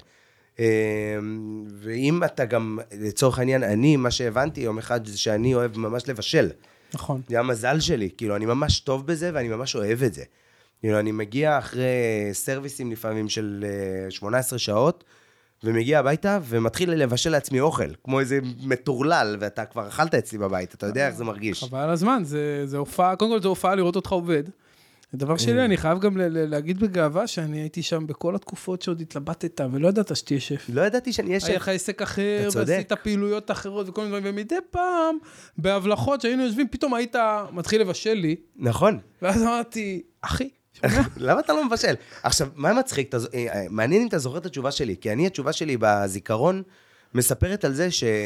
ואם אתה גם, לצורך העניין, מה שהבנתי יום אחד, זה שאני אוהב ממש לבשל. נכון. זה המזל שלי. כאילו, אני ממש טוב בזה ואני ממש אוהב את זה. אני מגיע אחרי סרוויסים לפעמים של 18 שעות, ומגיע הביתה ומתחיל לבשל לעצמי אוכל, כמו איזה מטורלל, ואתה כבר אכלת אצלי בבית, אתה יודע איך זה מרגיש. חבל על הזמן, זה הופעה, קודם כל זה הופעה לראות אותך עובד. הדבר שלי, אני חייב גם להגיד בגאווה שאני הייתי שם בכל התקופות שעוד התלבטת, ולא ידעת שתהיה שף. לא ידעתי שאני אהיה שף. היה לך עסק אחר, ועשית פעילויות אחרות וכל מיני דברים, ומדי פעם, בהבלחות שהיינו יושבים, פתאום היית מתחיל לבשל לי. נכון. ואז אמרתי, אחי, שומע? למה אתה לא מבשל? עכשיו, מה מצחיק? מעניין אם אתה זוכר את התשובה שלי, כי התשובה שלי בזיכרון מספרת על זה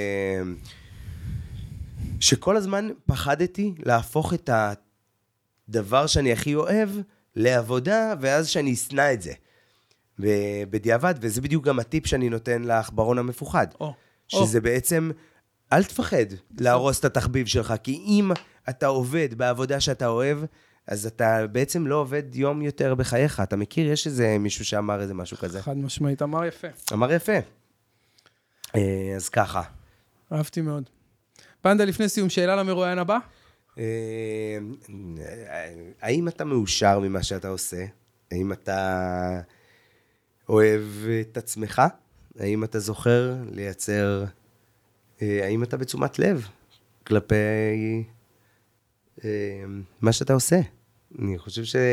שכל הזמן פחדתי להפוך את הדבר שאני הכי אוהב לעבודה, ואז שאני אסנע את זה. בדיעבד, וזה בדיוק גם הטיפ שאני נותן לעכברון המפוחד. שזה בעצם, אל תפחד להרוס את התחביב שלך, כי אם אתה עובד בעבודה שאתה אוהב, אז אתה בעצם לא עובד יום יותר בחייך. אתה מכיר? יש איזה מישהו שאמר איזה משהו כזה. חד משמעית, אמר יפה. אמר יפה. אז ככה. אהבתי מאוד. פנדה, לפני סיום, שאלה למרואיין הבא? האם אתה מאושר ממה שאתה עושה? האם אתה אוהב את עצמך? האם אתה זוכר לייצר... האם אתה בתשומת לב כלפי מה שאתה עושה? אני חושב ש...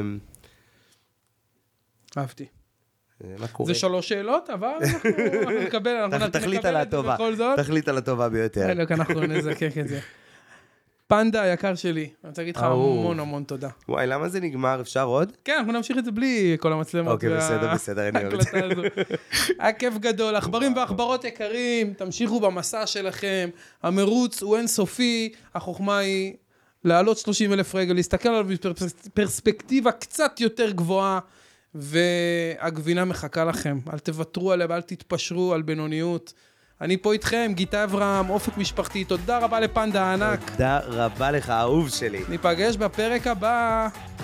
אהבתי. מה קורה? זה 3 שאלות, אבל אנחנו נקבל... תחליט על הטובה. תחליט על הטובה ביותר. אנחנו נזקק את זה. פנדה היקר שלי, אני רוצה להגיד לך המון המון תודה. וואי, למה זה נגמר? אפשר עוד? כן, אנחנו נמשיך את זה בלי כל המצלמות. אוקיי, בסדר, אני אוהב את זה. היה כיף גדול, עכברים ועכברות יקרים, תמשיכו במסע שלכם, המרוץ הוא אינסופי, החוכמה היא לעלות 30,000 רגל, להסתכל עליו בפרספקטיבה קצת יותר גבוהה, והגבינה מחכה לכם, אל תוותרו עליה, אל תתפשרו על בינוניות. אני פה איתכם, גיטה אברהם, אופק משפחתי, תודה רבה לפנדה הענק. תודה רבה לך, האהוב שלי. ניפגש בפרק הבא.